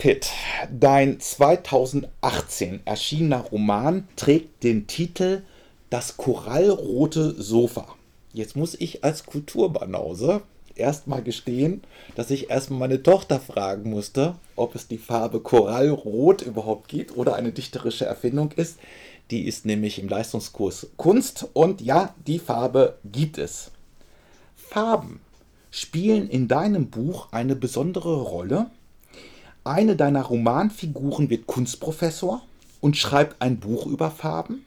Pitt, dein 2018 erschienener Roman trägt den Titel Das korallrote Sofa. Jetzt muss ich als Kulturbanause erstmal gestehen, dass ich erstmal meine Tochter fragen musste, ob es die Farbe Korallrot überhaupt gibt oder eine dichterische Erfindung ist. Die ist nämlich im Leistungskurs Kunst und ja, die Farbe gibt es. Farben spielen in deinem Buch eine besondere Rolle. Eine deiner Romanfiguren wird Kunstprofessor und schreibt ein Buch über Farben.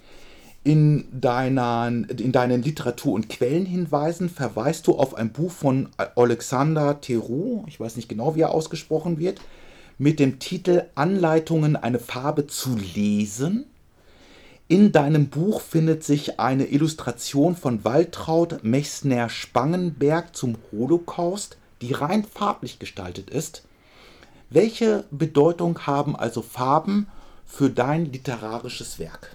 In deinen Literatur- und Quellenhinweisen verweist du auf ein Buch von Alexander Theroux, ich weiß nicht genau, wie er ausgesprochen wird, mit dem Titel Anleitungen, eine Farbe zu lesen. In deinem Buch findet sich eine Illustration von Waltraud Messner-Spangenberg zum Holocaust, die rein farblich gestaltet ist. Welche Bedeutung haben also Farben für dein literarisches Werk?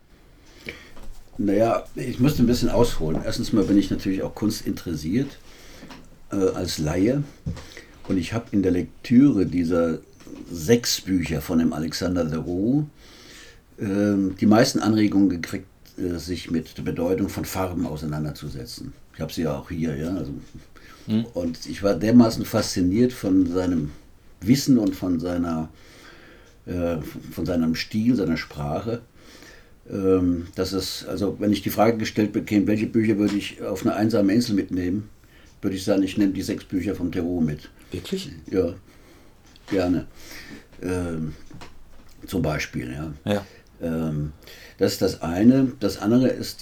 Naja, ich musste ein bisschen ausholen. Erstens mal bin ich natürlich auch kunstinteressiert als Laie. Und ich habe in der Lektüre dieser 6 Bücher von dem Alexander Theroux die meisten Anregungen gekriegt, sich mit der Bedeutung von Farben auseinanderzusetzen. Ich habe sie ja auch hier, ja. Also, und ich war dermaßen fasziniert von seinem Wissen und von seinem Stil, seiner Sprache, dass es, also wenn ich die Frage gestellt bekäme, welche Bücher würde ich auf eine einsame Insel mitnehmen, würde ich sagen, ich nehme die 6 Bücher vom Theroux mit. Wirklich? Ja, gerne. Zum Beispiel, ja. Ja. Das ist das eine. Das andere ist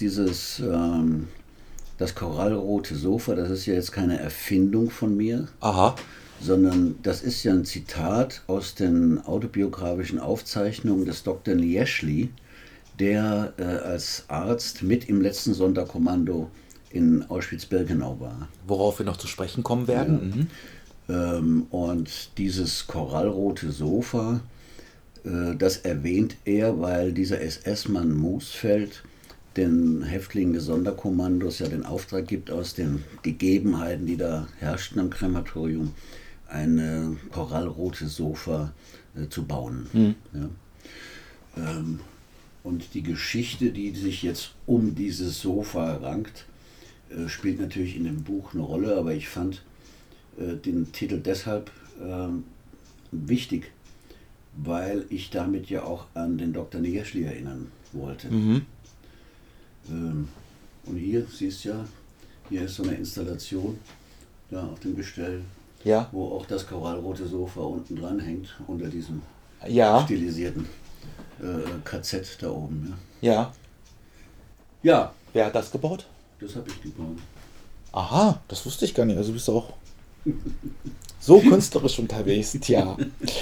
das korallrote Sofa. Das ist ja jetzt keine Erfindung von mir. Aha. Sondern das ist ja ein Zitat aus den autobiografischen Aufzeichnungen des Dr. Nieszcz, der als Arzt mit im letzten Sonderkommando in Auschwitz-Birkenau war. Worauf wir noch zu sprechen kommen werden. Ja. Und dieses korallrote Sofa, das erwähnt er, weil dieser SS-Mann Moosfeld den Häftlingen des Sonderkommandos ja den Auftrag gibt, aus den Gegebenheiten, die da herrschten am Krematorium, ein korallrotes Sofa zu bauen. Ja. Und die Geschichte, die sich jetzt um dieses Sofa rankt, spielt natürlich in dem Buch eine Rolle, aber ich fand den Titel deshalb wichtig, weil ich damit ja auch an den Dr. Nieszcz erinnern wollte. Und hier, siehst du ja, hier ist so eine Installation da auf dem Gestell, Ja. wo auch das korallrote Sofa unten dran hängt, unter diesem Ja. stilisierten KZ da oben. Ja. Ja, Wer hat das gebaut? das habe ich gebaut. Aha, das wusste ich gar nicht. Also du bist auch so künstlerisch unterwegs. Tja.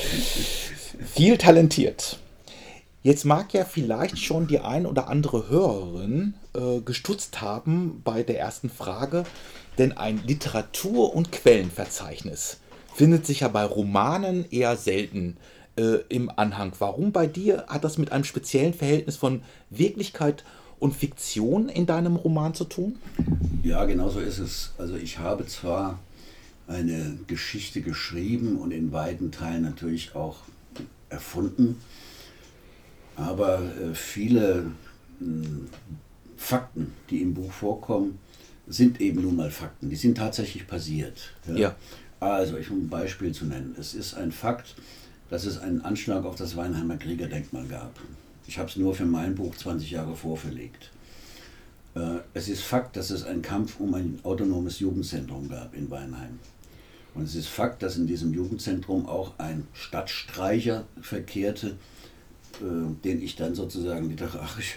Viel talentiert. Jetzt mag ja vielleicht schon die ein oder andere Hörerin gestutzt haben bei der ersten Frage, denn ein Literatur- und Quellenverzeichnis findet sich ja bei Romanen eher selten im Anhang. Warum bei dir? Hat das mit einem speziellen Verhältnis von Wirklichkeit und Fiktion in deinem Roman zu tun? Ja, genau so ist es. Also ich habe zwar eine Geschichte geschrieben und in weiten Teilen natürlich auch erfunden, aber viele Fakten, die im Buch vorkommen, sind eben nun mal Fakten. Die sind tatsächlich passiert. Ja. Also, um ein Beispiel zu nennen. Es ist ein Fakt, dass es einen Anschlag auf das Weinheimer Kriegerdenkmal gab. Ich habe es nur für mein Buch 20 Jahre vorverlegt. Es ist Fakt, dass es einen Kampf um ein autonomes Jugendzentrum gab in Weinheim. Und es ist Fakt, dass in diesem Jugendzentrum auch ein Stadtstreicher verkehrte, den ich dann sozusagen literarisch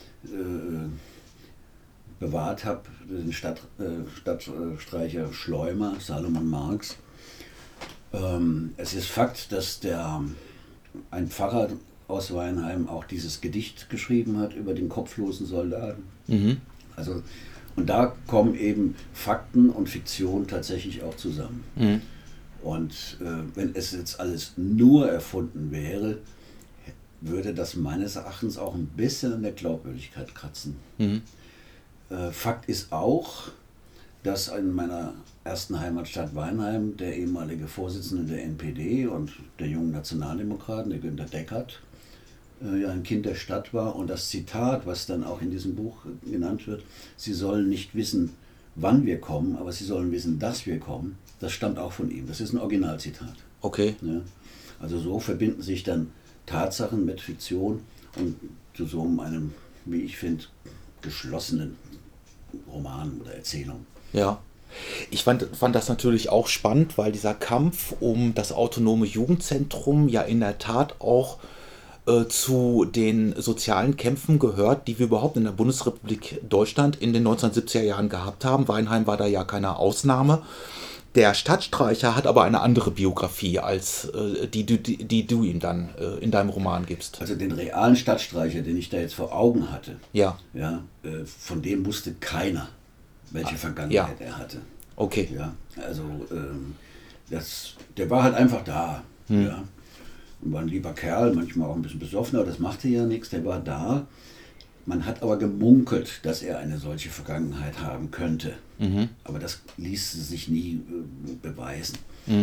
bewahrt habe, den Stadtstreicher Schleumer, Salomon Marx. Es ist Fakt, dass ein Pfarrer aus Weinheim auch dieses Gedicht geschrieben hat über den kopflosen Soldaten. Also, und da kommen eben Fakten und Fiktion tatsächlich auch zusammen. Und wenn es jetzt alles nur erfunden wäre, würde das meines Erachtens auch ein bisschen an der Glaubwürdigkeit kratzen. Fakt ist auch, dass in meiner ersten Heimatstadt Weinheim der ehemalige Vorsitzende der NPD und der Jungen Nationaldemokraten, der Günter Deckert, ja ein Kind der Stadt war. Und das Zitat, was dann auch in diesem Buch genannt wird, sie sollen nicht wissen, wann wir kommen, aber sie sollen wissen, dass wir kommen, das stammt auch von ihm. Das ist ein Originalzitat. Okay. Ja. Also so verbinden sich dann Tatsachen mit Fiktion und zu so einem, wie ich finde, geschlossenen Roman oder Erzählung. Ja. Ich fand das natürlich auch spannend, weil dieser Kampf um das autonome Jugendzentrum ja in der Tat auch zu den sozialen Kämpfen gehört, die wir überhaupt in der Bundesrepublik Deutschland in den 1970er Jahren gehabt haben. Weinheim war da ja keine Ausnahme. Der Stadtstreicher hat aber eine andere Biografie, als die du ihm dann in deinem Roman gibst. Also den realen Stadtstreicher, den ich da jetzt vor Augen hatte, Ja. ja, von dem wusste keiner, welche Vergangenheit er hatte. Okay. Ja, also der war halt einfach da. Ja. War ein lieber Kerl, manchmal auch ein bisschen besoffen, aber das machte ja nichts, der war da. Man hat aber gemunkelt, dass er eine solche Vergangenheit haben könnte. Aber das ließ sich nie beweisen.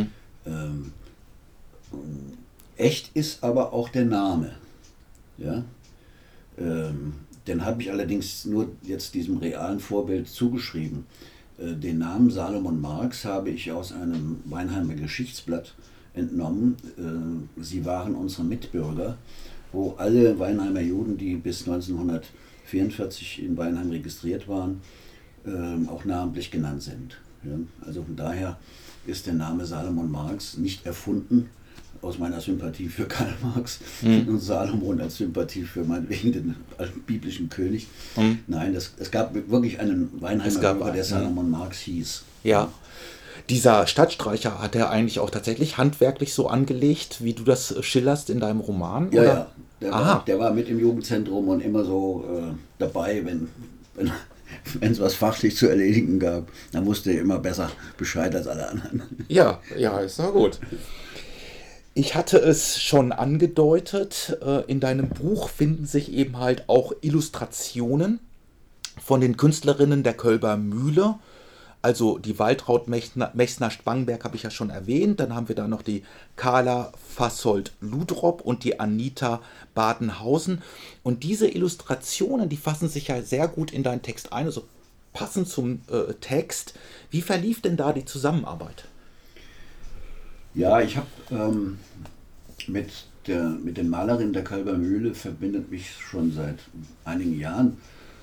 Echt ist aber auch der Name. Ja? Den habe ich allerdings nur jetzt diesem realen Vorbild zugeschrieben. Den Namen Salomon Marx habe ich aus einem Weinheimer Geschichtsblatt entnommen. Sie waren unsere Mitbürger, wo alle Weinheimer Juden, die bis 1944 in Weinheim registriert waren, auch namentlich genannt sind. Ja? Also von daher ist der Name Salomon Marx nicht erfunden aus meiner Sympathie für Karl Marx und Salomon als Sympathie für meinetwegen den biblischen König. Nein, es gab wirklich einen Weinheimer Bürger, der Salomon Marx hieß. Ja. Dieser Stadtstreicher, hat er eigentlich auch tatsächlich handwerklich so angelegt, wie du das schillerst in deinem Roman? Ja, oder? Ja. Der war mit im Jugendzentrum und immer so dabei, wenn es was fachlich zu erledigen gab. Dann wusste er immer besser Bescheid als alle anderen. Ja, ist na gut. Ich hatte es schon angedeutet, in deinem Buch finden sich eben halt auch Illustrationen von den Künstlerinnen der Kölber Mühle. Also die Waltraud Mechsner-Spangenberg habe ich ja schon erwähnt. Dann haben wir da noch die Carla Fassold-Ludrop und die Anita Badenhausen. Und diese Illustrationen, die fassen sich ja sehr gut in deinen Text ein, also passend zum Text. Wie verlief denn da die Zusammenarbeit? Ja, ich habe mit den Malerinnen der Kölber Mühle verbindet mich schon seit einigen Jahren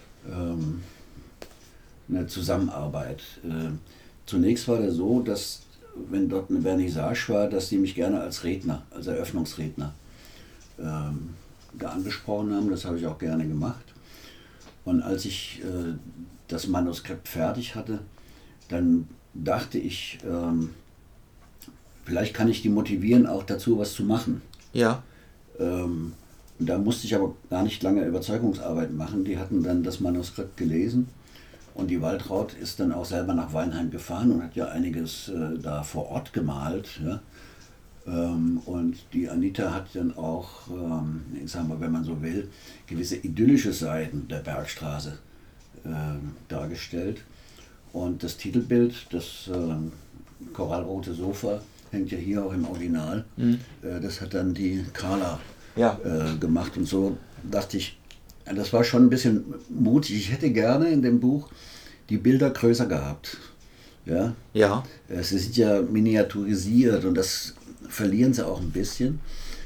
eine Zusammenarbeit. Zunächst war das so, dass, wenn dort eine Vernissage war, dass die mich gerne als Redner, als Eröffnungsredner da angesprochen haben. Das habe ich auch gerne gemacht. Und als ich das Manuskript fertig hatte, dann dachte ich, vielleicht kann ich die motivieren, auch dazu was zu machen. Ja. Da musste ich aber gar nicht lange Überzeugungsarbeit machen. Die hatten dann das Manuskript gelesen. Und die Waltraud ist dann auch selber nach Weinheim gefahren und hat ja einiges da vor Ort gemalt. Ja? Und die Anita hat dann auch, ich sag mal, wenn man so will, gewisse idyllische Seiten der Bergstraße dargestellt. Und das Titelbild, das korallrote Sofa, hängt ja hier auch im Original. Das hat dann die Carla gemacht. Und so dachte ich, das war schon ein bisschen mutig. Ich hätte gerne in dem Buch die Bilder größer gehabt. Ja. Ja. Sie sind ja miniaturisiert und das verlieren sie auch ein bisschen.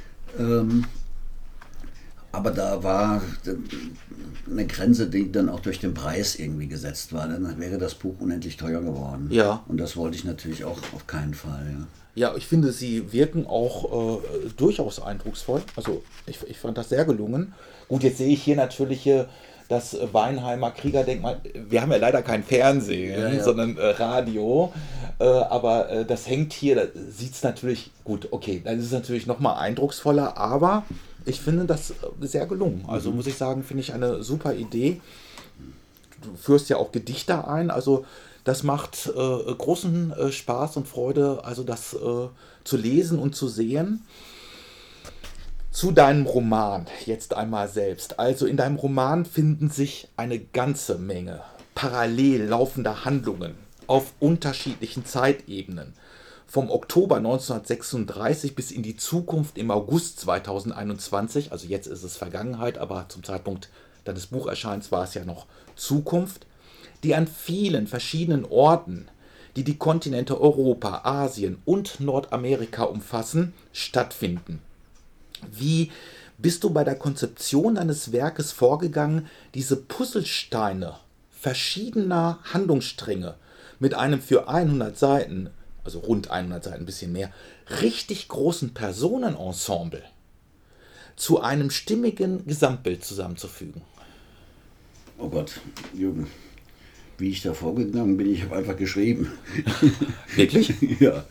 Aber da war eine Grenze, die dann auch durch den Preis irgendwie gesetzt war. Dann wäre das Buch unendlich teuer geworden. Ja. Und das wollte ich natürlich auch auf keinen Fall. Ja. Ja, ich finde, sie wirken auch durchaus eindrucksvoll. Also ich fand das sehr gelungen. Gut, jetzt sehe ich hier natürlich das Weinheimer Kriegerdenkmal. Wir haben ja leider kein Fernsehen, sondern Radio. Aber das hängt hier, da sieht es natürlich, gut, okay, dann ist es natürlich nochmal eindrucksvoller. Aber ich finde das sehr gelungen. Also muss ich sagen, finde ich eine super Idee. Du führst ja auch Gedichte ein, also das macht großen Spaß und Freude, also das zu lesen und zu sehen. Zu deinem Roman jetzt einmal selbst. Also in deinem Roman finden sich eine ganze Menge parallel laufender Handlungen. auf unterschiedlichen Zeitebenen. Vom Oktober 1936 bis in die Zukunft im August 2021, also jetzt ist es Vergangenheit, aber zum Zeitpunkt deines Bucherscheins war es ja noch Zukunft, die an vielen verschiedenen Orten, die die Kontinente Europa, Asien und Nordamerika umfassen, stattfinden. Wie bist du bei der Konzeption deines Werkes vorgegangen, diese Puzzlesteine verschiedener Handlungsstränge mit einem für 100 Seiten, also rund 100 Seiten, ein bisschen mehr, richtig großen Personenensemble zu einem stimmigen Gesamtbild zusammenzufügen? Oh Gott, Jürgen, wie ich da vorgegangen bin, ich habe einfach geschrieben. Wirklich? Ja.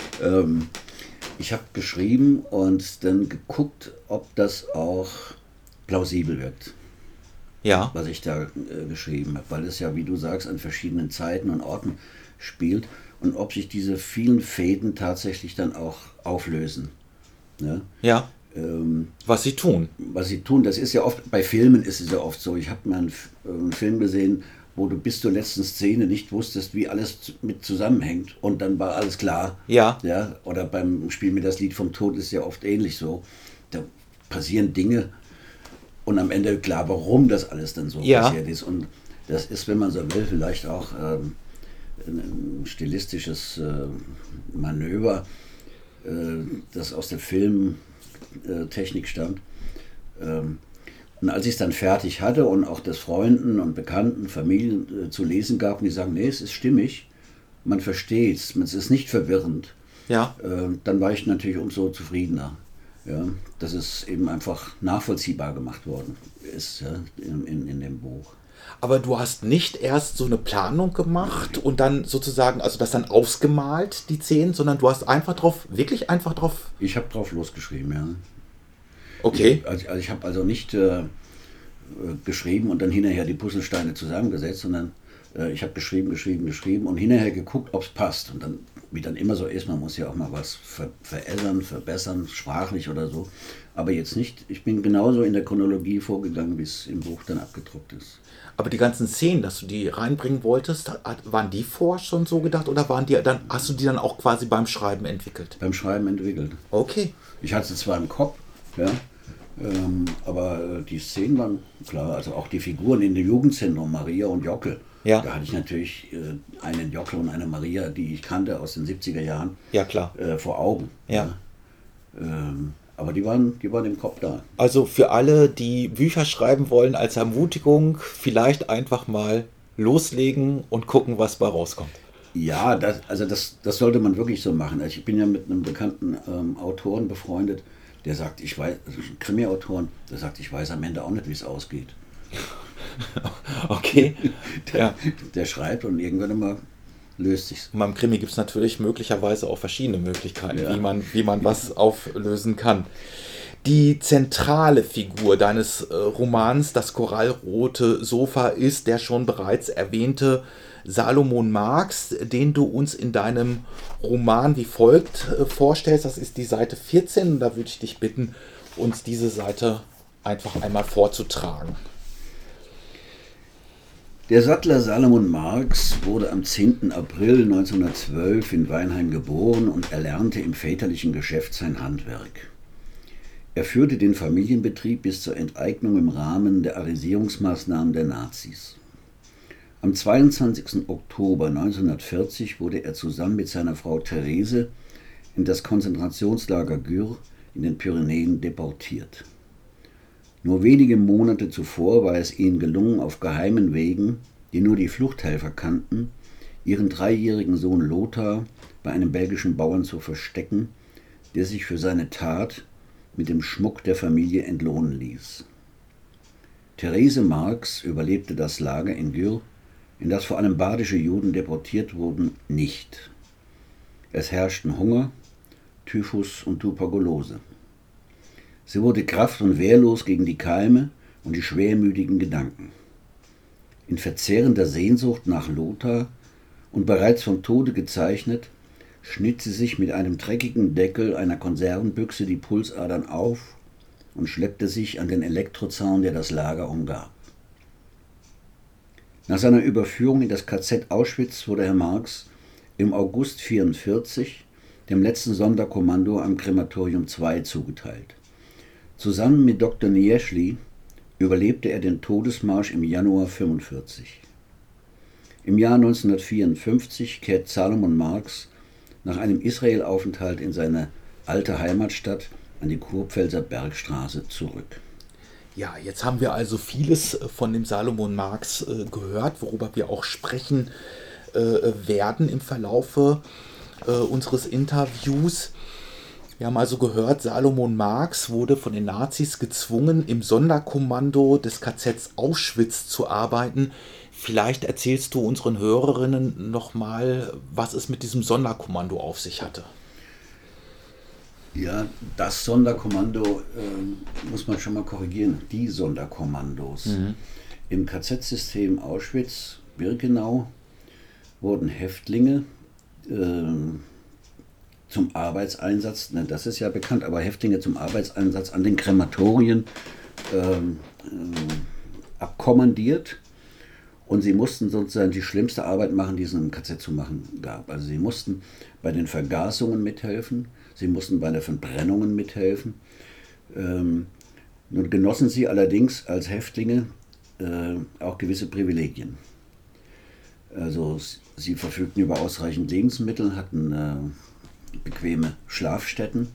Ich habe geschrieben und dann geguckt, ob das auch plausibel wird, Ja, was ich da geschrieben habe, weil es ja, wie du sagst, an verschiedenen Zeiten und Orten spielt und ob sich diese vielen Fäden tatsächlich dann auch auflösen. Ne? ja, Ähm, was sie tun. Was sie tun, das ist ja oft, bei Filmen ist es ja oft so, ich habe mal einen Film gesehen, wo du bis zur letzten Szene nicht wusstest, wie alles mit zusammenhängt und dann war alles klar. Ja, Ja, oder beim Spiel mir das Lied vom Tod ist ja oft ähnlich so. Da passieren Dinge und am Ende klar, warum das alles dann so Ja. passiert ist. Und das ist, wenn man so will, vielleicht auch ein stilistisches Manöver, das aus der Filmtechnik stammt. Und als ich es dann fertig hatte und auch das Freunden und Bekannten, Familien zu lesen gab, und die sagen, nee, es ist stimmig, man versteht es, es ist nicht verwirrend, ja. dann war ich natürlich umso zufriedener. Ja, dass es eben einfach nachvollziehbar gemacht worden ist, ja, in dem Buch. Aber du hast nicht erst so eine Planung gemacht und dann sozusagen, also das dann ausgemalt, die Szenen, sondern du hast einfach drauf, wirklich einfach drauf. Ich habe drauf losgeschrieben, ja. Okay. Ich habe also nicht geschrieben und dann hinterher die Puzzlesteine zusammengesetzt, sondern ich habe geschrieben und hinterher geguckt, ob es passt. Und dann, wie dann immer so ist, man muss ja auch mal was verändern, verbessern, sprachlich oder so. Aber jetzt nicht, ich bin genauso in der Chronologie vorgegangen, wie es im Buch dann abgedruckt ist. Aber die ganzen Szenen, dass du die reinbringen wolltest, waren die vorher schon so gedacht oder hast du die dann auch quasi beim Schreiben entwickelt? Beim Schreiben entwickelt. Okay. Ich hatte sie zwar im Kopf, ja, aber die Szenen waren klar, also auch die Figuren in dem Jugendzentrum, Maria und Jockel. Ja. Da hatte ich natürlich einen Jockel und eine Maria, die ich kannte aus den 70er Jahren, Ja, klar. vor Augen. Ja. Aber die waren im Kopf da. Also für alle, die Bücher schreiben wollen, als Ermutigung, vielleicht einfach mal loslegen und gucken, was bei rauskommt. Ja, das sollte man wirklich so machen. Also ich bin ja mit einem bekannten Autoren befreundet, der sagt, ich weiß, also Krimi-Autoren, der sagt, ich weiß am Ende auch nicht, wie es ausgeht. Okay. Ja. Der schreibt und irgendwann immer löst sich's. Beim Krimi gibt es natürlich möglicherweise auch verschiedene Möglichkeiten, Ja. wie man was auflösen kann. Die zentrale Figur deines Romans, das korallrote Sofa, ist der schon bereits erwähnte Salomon Marx, den du uns in deinem Roman wie folgt vorstellst. Das ist die Seite 14 und da würde ich dich bitten, uns diese Seite einfach einmal vorzutragen. Der Sattler Salomon Marx wurde am 10. April 1912 in Weinheim geboren und erlernte im väterlichen Geschäft sein Handwerk. Er führte den Familienbetrieb bis zur Enteignung im Rahmen der Arisierungsmaßnahmen der Nazis. Am 22. Oktober 1940 wurde er zusammen mit seiner Frau Therese in das Konzentrationslager Gür in den Pyrenäen deportiert. Nur wenige Monate zuvor war es ihnen gelungen, auf geheimen Wegen, die nur die Fluchthelfer kannten, ihren 3-jährigen Sohn Lothar bei einem belgischen Bauern zu verstecken, der sich für seine Tat mit dem Schmuck der Familie entlohnen ließ. Therese Marx überlebte das Lager in Gür, in das vor allem badische Juden deportiert wurden, nicht. Es herrschten Hunger, Typhus und Tuberkulose. Sie wurde kraft- und wehrlos gegen die Keime und die schwermütigen Gedanken. In verzehrender Sehnsucht nach Lothar und bereits vom Tode gezeichnet, schnitt sie sich mit einem dreckigen Deckel einer Konservenbüchse die Pulsadern auf und schleppte sich an den Elektrozaun, der das Lager umgab. Nach seiner Überführung in das KZ Auschwitz wurde Herr Marx im August 1944 dem letzten Sonderkommando am Krematorium II zugeteilt. Zusammen mit Dr. Nieszly überlebte er den Todesmarsch im Januar 1945. Im Jahr 1954 kehrt Salomon Marx nach einem Israelaufenthalt in seine alte Heimatstadt an die Kurpfälzer Bergstraße zurück. Ja, jetzt haben wir also vieles von dem Salomon Marx gehört, worüber wir auch sprechen werden im Verlaufe unseres Interviews. Wir haben also gehört, Salomon Marx wurde von den Nazis gezwungen, im Sonderkommando des KZ Auschwitz zu arbeiten. Vielleicht erzählst du unseren Hörerinnen nochmal, was es mit diesem Sonderkommando auf sich hatte. Ja, das Sonderkommando muss man schon mal korrigieren. Die Sonderkommandos. Im KZ-System Auschwitz-Birkenau wurden Häftlinge zum Arbeitseinsatz, das ist ja bekannt, aber Häftlinge zum Arbeitseinsatz an den Krematorien abkommandiert. Und sie mussten sozusagen die schlimmste Arbeit machen, die es im KZ zu machen gab. Also sie mussten bei den Vergasungen mithelfen, sie mussten bei den Verbrennungen mithelfen. Nun genossen sie allerdings als Häftlinge auch gewisse Privilegien. Also sie verfügten über ausreichend Lebensmittel, hatten bequeme Schlafstätten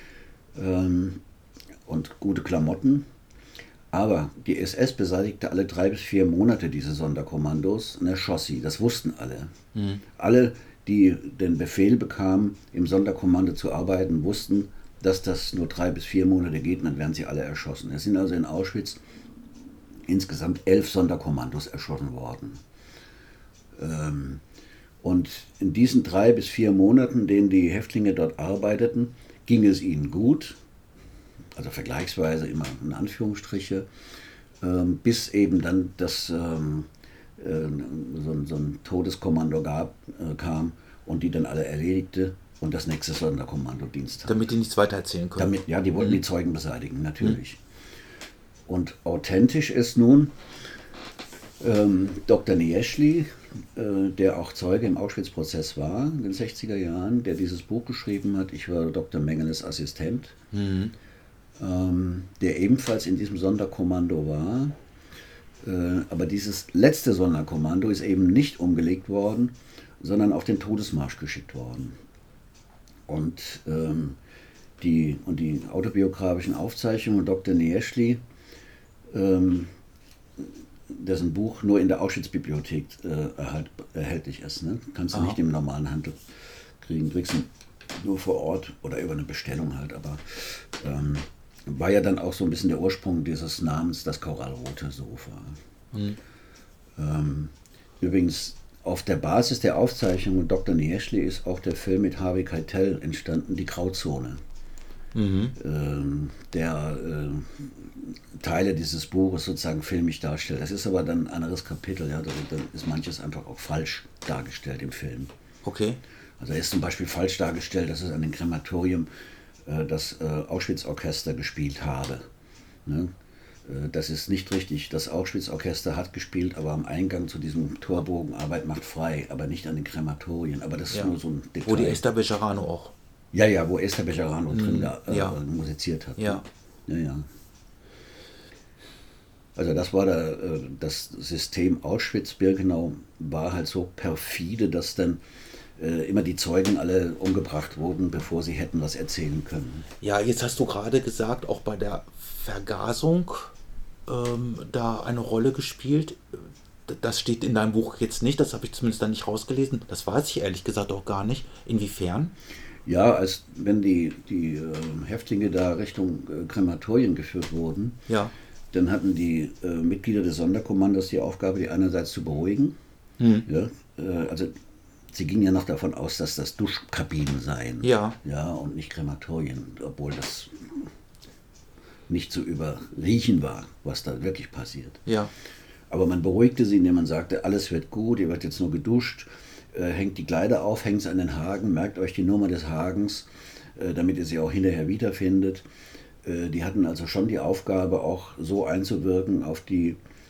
und gute Klamotten. Aber die SS beseitigte alle 3 bis 4 Monate diese Sonderkommandos und erschoss sie. Das wussten alle. Alle, die den Befehl bekamen, im Sonderkommando zu arbeiten, wussten, dass das nur 3 bis 4 Monate geht und dann werden sie alle erschossen. Es sind also in Auschwitz insgesamt 11 Sonderkommandos erschossen worden. Und in diesen 3 bis 4 Monaten, in denen die Häftlinge dort arbeiteten, ging es ihnen gut. Also vergleichsweise immer in Anführungsstriche, bis eben dann so ein Todeskommando kam und die dann alle erledigte und das nächste Sonderkommando Dienst hatte. Damit die nichts weiter erzählen können. Ja, die wollten die Zeugen beseitigen, natürlich. Und authentisch ist nun Dr. Nieszly, der auch Zeuge im Auschwitz-Prozess war in den 60er Jahren, der dieses Buch geschrieben hat. Ich war Dr. Mengeles Assistent. Der ebenfalls in diesem Sonderkommando war. Aber dieses letzte Sonderkommando ist eben nicht umgelegt worden, sondern auf den Todesmarsch geschickt worden. Und die autobiografischen Aufzeichnungen Dr. Nieszly, dessen Buch nur in der Auschwitz-Bibliothek erhältlich ist. Ne? Kannst du nicht im normalen Handel kriegen, kriegst du nur vor Ort oder über eine Bestellung halt, aber war ja dann auch so ein bisschen der Ursprung dieses Namens, das korallrote Sofa. Übrigens, auf der Basis der Aufzeichnung Dr. Nieszly ist auch der Film mit Harvey Keitel entstanden, Die Grauzone. Der Teile dieses Buches sozusagen filmisch darstellt. Das ist aber dann ein anderes Kapitel, ja, da ist manches einfach auch falsch dargestellt im Film. Okay. Also er ist zum Beispiel falsch dargestellt, dass es an dem Krematorium das Auschwitz-Orchester gespielt habe. Ne? Das ist nicht richtig. Das Auschwitz-Orchester hat gespielt, aber am Eingang zu diesem Torbogen Arbeit macht frei, aber nicht an den Krematorien. Aber das ist nur so ein Detail. Wo die Esther Bejarano auch. Ja, wo Esther Bejarano drin musiziert hat. Ja. Ja. Also das war das System Auschwitz-Birkenau war halt so perfide, dass dann immer die Zeugen alle umgebracht wurden, bevor sie hätten was erzählen können. Ja, jetzt hast du gerade gesagt, auch bei der Vergasung da eine Rolle gespielt. Das steht in deinem Buch jetzt nicht, das habe ich zumindest dann nicht rausgelesen. Das weiß ich ehrlich gesagt auch gar nicht. Inwiefern? Ja, als wenn die Häftlinge da Richtung Krematorien geführt wurden, dann hatten die Mitglieder des Sonderkommandos die Aufgabe, die einerseits zu beruhigen. Ja, also sie gingen ja noch davon aus, dass das Duschkabinen seien. Ja, und nicht Krematorien, obwohl das nicht zu überriechen war, was da wirklich passiert. Ja. Aber man beruhigte sie, indem man sagte, alles wird gut, ihr werdet jetzt nur geduscht, hängt die Kleider auf, hängt es an den Haken, merkt euch die Nummer des Hagens, damit ihr sie auch hinterher wiederfindet. Die hatten also schon die Aufgabe, auch so einzuwirken auf die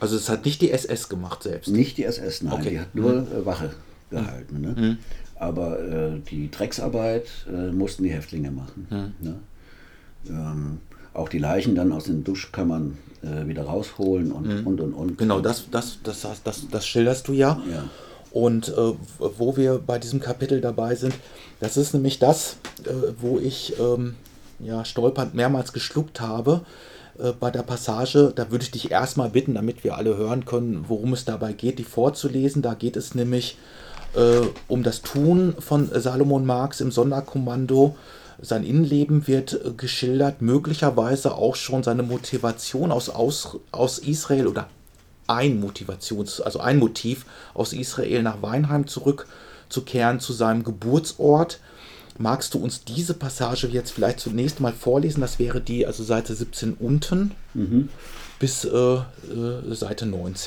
Also es hat nicht die SS gemacht selbst. Nicht die SS, nein, Okay. die hat nur Wache gehalten. Ne? Aber die Drecksarbeit mussten die Häftlinge machen. Ne? Auch die Leichen dann aus den Duschkammern wieder rausholen und. Genau, das schilderst du ja. Ja. Und wo wir bei diesem Kapitel dabei sind, das ist nämlich das, wo ich stolpernd mehrmals geschluckt habe. Bei der Passage, da würde ich dich erstmal bitten, damit wir alle hören können, worum es dabei geht, die vorzulesen. Da geht es nämlich um das Tun von Salomon Marx im Sonderkommando. Sein Innenleben wird geschildert, möglicherweise auch schon seine Motivation aus Israel oder ein Motiv aus Israel nach Weinheim zurückzukehren zu seinem Geburtsort. Magst du uns diese Passage jetzt vielleicht zunächst mal vorlesen? Das wäre die, also Seite 17 unten bis Seite 19.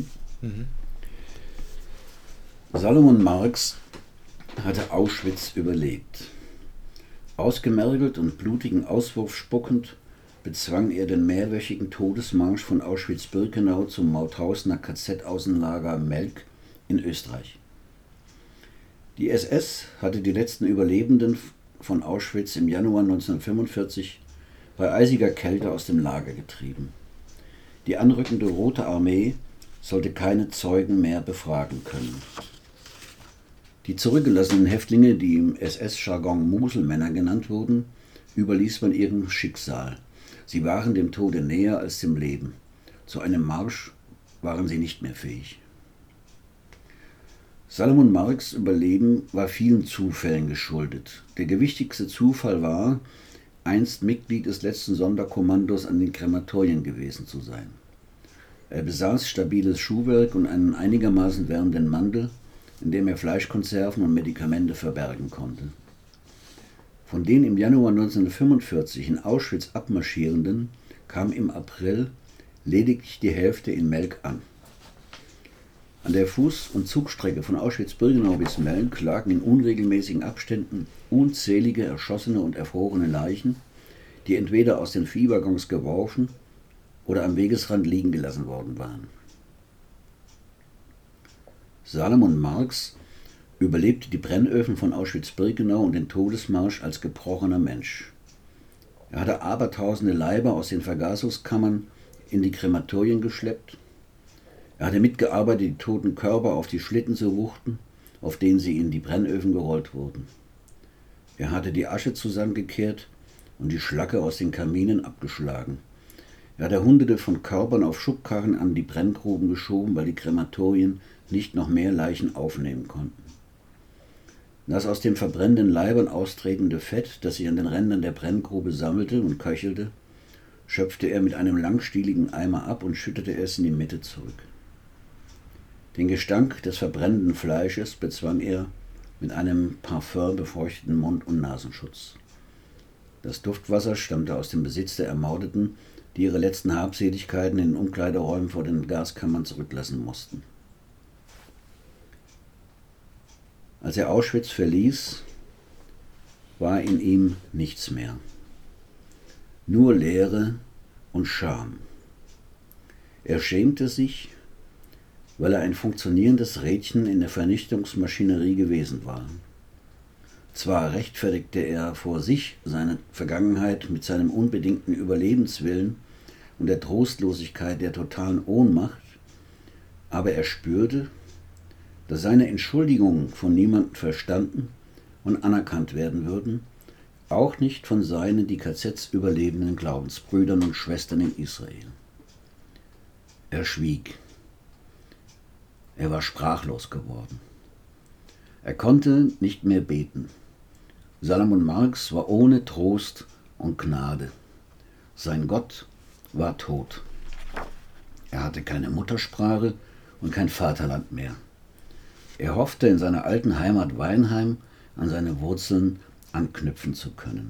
Salomon Marx hatte Auschwitz überlebt. Ausgemergelt und blutigen Auswurf spuckend bezwang er den mehrwöchigen Todesmarsch von Auschwitz-Birkenau zum Mauthausener KZ-Außenlager Melk in Österreich. Die SS hatte die letzten Überlebenden von Auschwitz im Januar 1945 bei eisiger Kälte aus dem Lager getrieben. Die anrückende Rote Armee sollte keine Zeugen mehr befragen können. Die zurückgelassenen Häftlinge, die im SS-Jargon Muselmänner genannt wurden, überließ man ihrem Schicksal. Sie waren dem Tode näher als dem Leben. Zu einem Marsch waren sie nicht mehr fähig. Salomon Marx' Überleben war vielen Zufällen geschuldet. Der gewichtigste Zufall war, einst Mitglied des letzten Sonderkommandos an den Krematorien gewesen zu sein. Er besaß stabiles Schuhwerk und einen einigermaßen wärmenden Mantel, in dem er Fleischkonserven und Medikamente verbergen konnte. Von den im Januar 1945 in Auschwitz abmarschierenden kam im April lediglich die Hälfte in Melk an. An der Fuß- und Zugstrecke von Auschwitz-Birkenau bis Melk lagen in unregelmäßigen Abständen unzählige erschossene und erfrorene Leichen, die entweder aus den Viehwaggons geworfen oder am Wegesrand liegen gelassen worden waren. Salomon Marx überlebte die Brennöfen von Auschwitz-Birkenau und den Todesmarsch als gebrochener Mensch. Er hatte abertausende Leiber aus den Vergasungskammern in die Krematorien geschleppt. Er hatte mitgearbeitet, die toten Körper auf die Schlitten zu wuchten, auf denen sie in die Brennöfen gerollt wurden. Er hatte die Asche zusammengekehrt und die Schlacke aus den Kaminen abgeschlagen. Er hatte Hunderte von Körpern auf Schubkarren an die Brenngruben geschoben, weil die Krematorien nicht noch mehr Leichen aufnehmen konnten. Das aus den verbrennenden Leibern austretende Fett, das sich an den Rändern der Brenngrube sammelte und köchelte, schöpfte er mit einem langstieligen Eimer ab und schüttete es in die Mitte zurück. Den Gestank des verbrennenden Fleisches bezwang er mit einem parfumbefeuchteten Mund- und Nasenschutz. Das Duftwasser stammte aus dem Besitz der Ermordeten, die ihre letzten Habseligkeiten in den Umkleideräumen vor den Gaskammern zurücklassen mussten. Als er Auschwitz verließ, war in ihm nichts mehr. Nur Leere und Scham. Er schämte sich, weil er ein funktionierendes Rädchen in der Vernichtungsmaschinerie gewesen war. Zwar rechtfertigte er vor sich seine Vergangenheit mit seinem unbedingten Überlebenswillen und der Trostlosigkeit der totalen Ohnmacht, aber er spürte, dass seine Entschuldigungen von niemandem verstanden und anerkannt werden würden, auch nicht von seinen die KZs überlebenden Glaubensbrüdern und Schwestern in Israel. Er schwieg. Er war sprachlos geworden. Er konnte nicht mehr beten. Salomon Marx war ohne Trost und Gnade. Sein Gott war tot. Er hatte keine Muttersprache und kein Vaterland mehr. Er hoffte, in seiner alten Heimat Weinheim an seine Wurzeln anknüpfen zu können.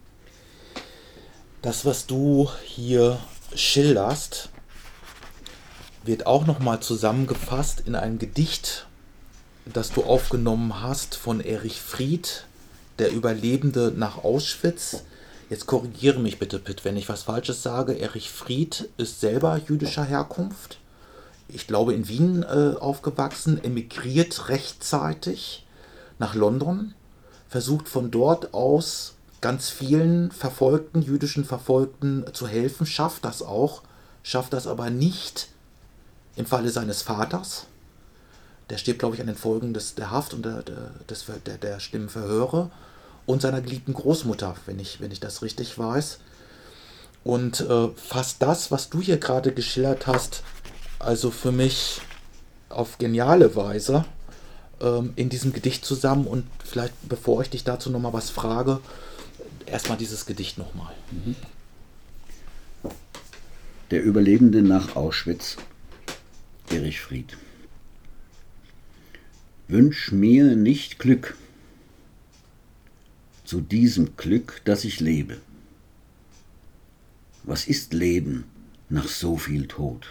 Das, was du hier schilderst, wird auch nochmal zusammengefasst in ein Gedicht, das du aufgenommen hast von Erich Fried, der Überlebende nach Auschwitz. Jetzt korrigiere mich bitte, Pitt, wenn ich was Falsches sage. Erich Fried ist selber jüdischer Herkunft ich glaube, in Wien aufgewachsen, emigriert rechtzeitig nach London, versucht von dort aus ganz vielen Verfolgten, jüdischen Verfolgten zu helfen, schafft das auch, schafft das aber nicht im Falle seines Vaters. Der stirbt, glaube ich, an den Folgen der Haft und der schlimmen Verhöre und seiner geliebten Großmutter, wenn ich das richtig weiß. Und fasst das, was du hier gerade geschildert hast, also für mich auf geniale Weise in diesem Gedicht zusammen. Und vielleicht, bevor ich dich dazu nochmal was frage, erstmal dieses Gedicht nochmal. Der Überlebende nach Auschwitz, Erich Fried. Wünsch mir nicht Glück, zu diesem Glück, dass ich lebe. Was ist Leben nach so viel Tod?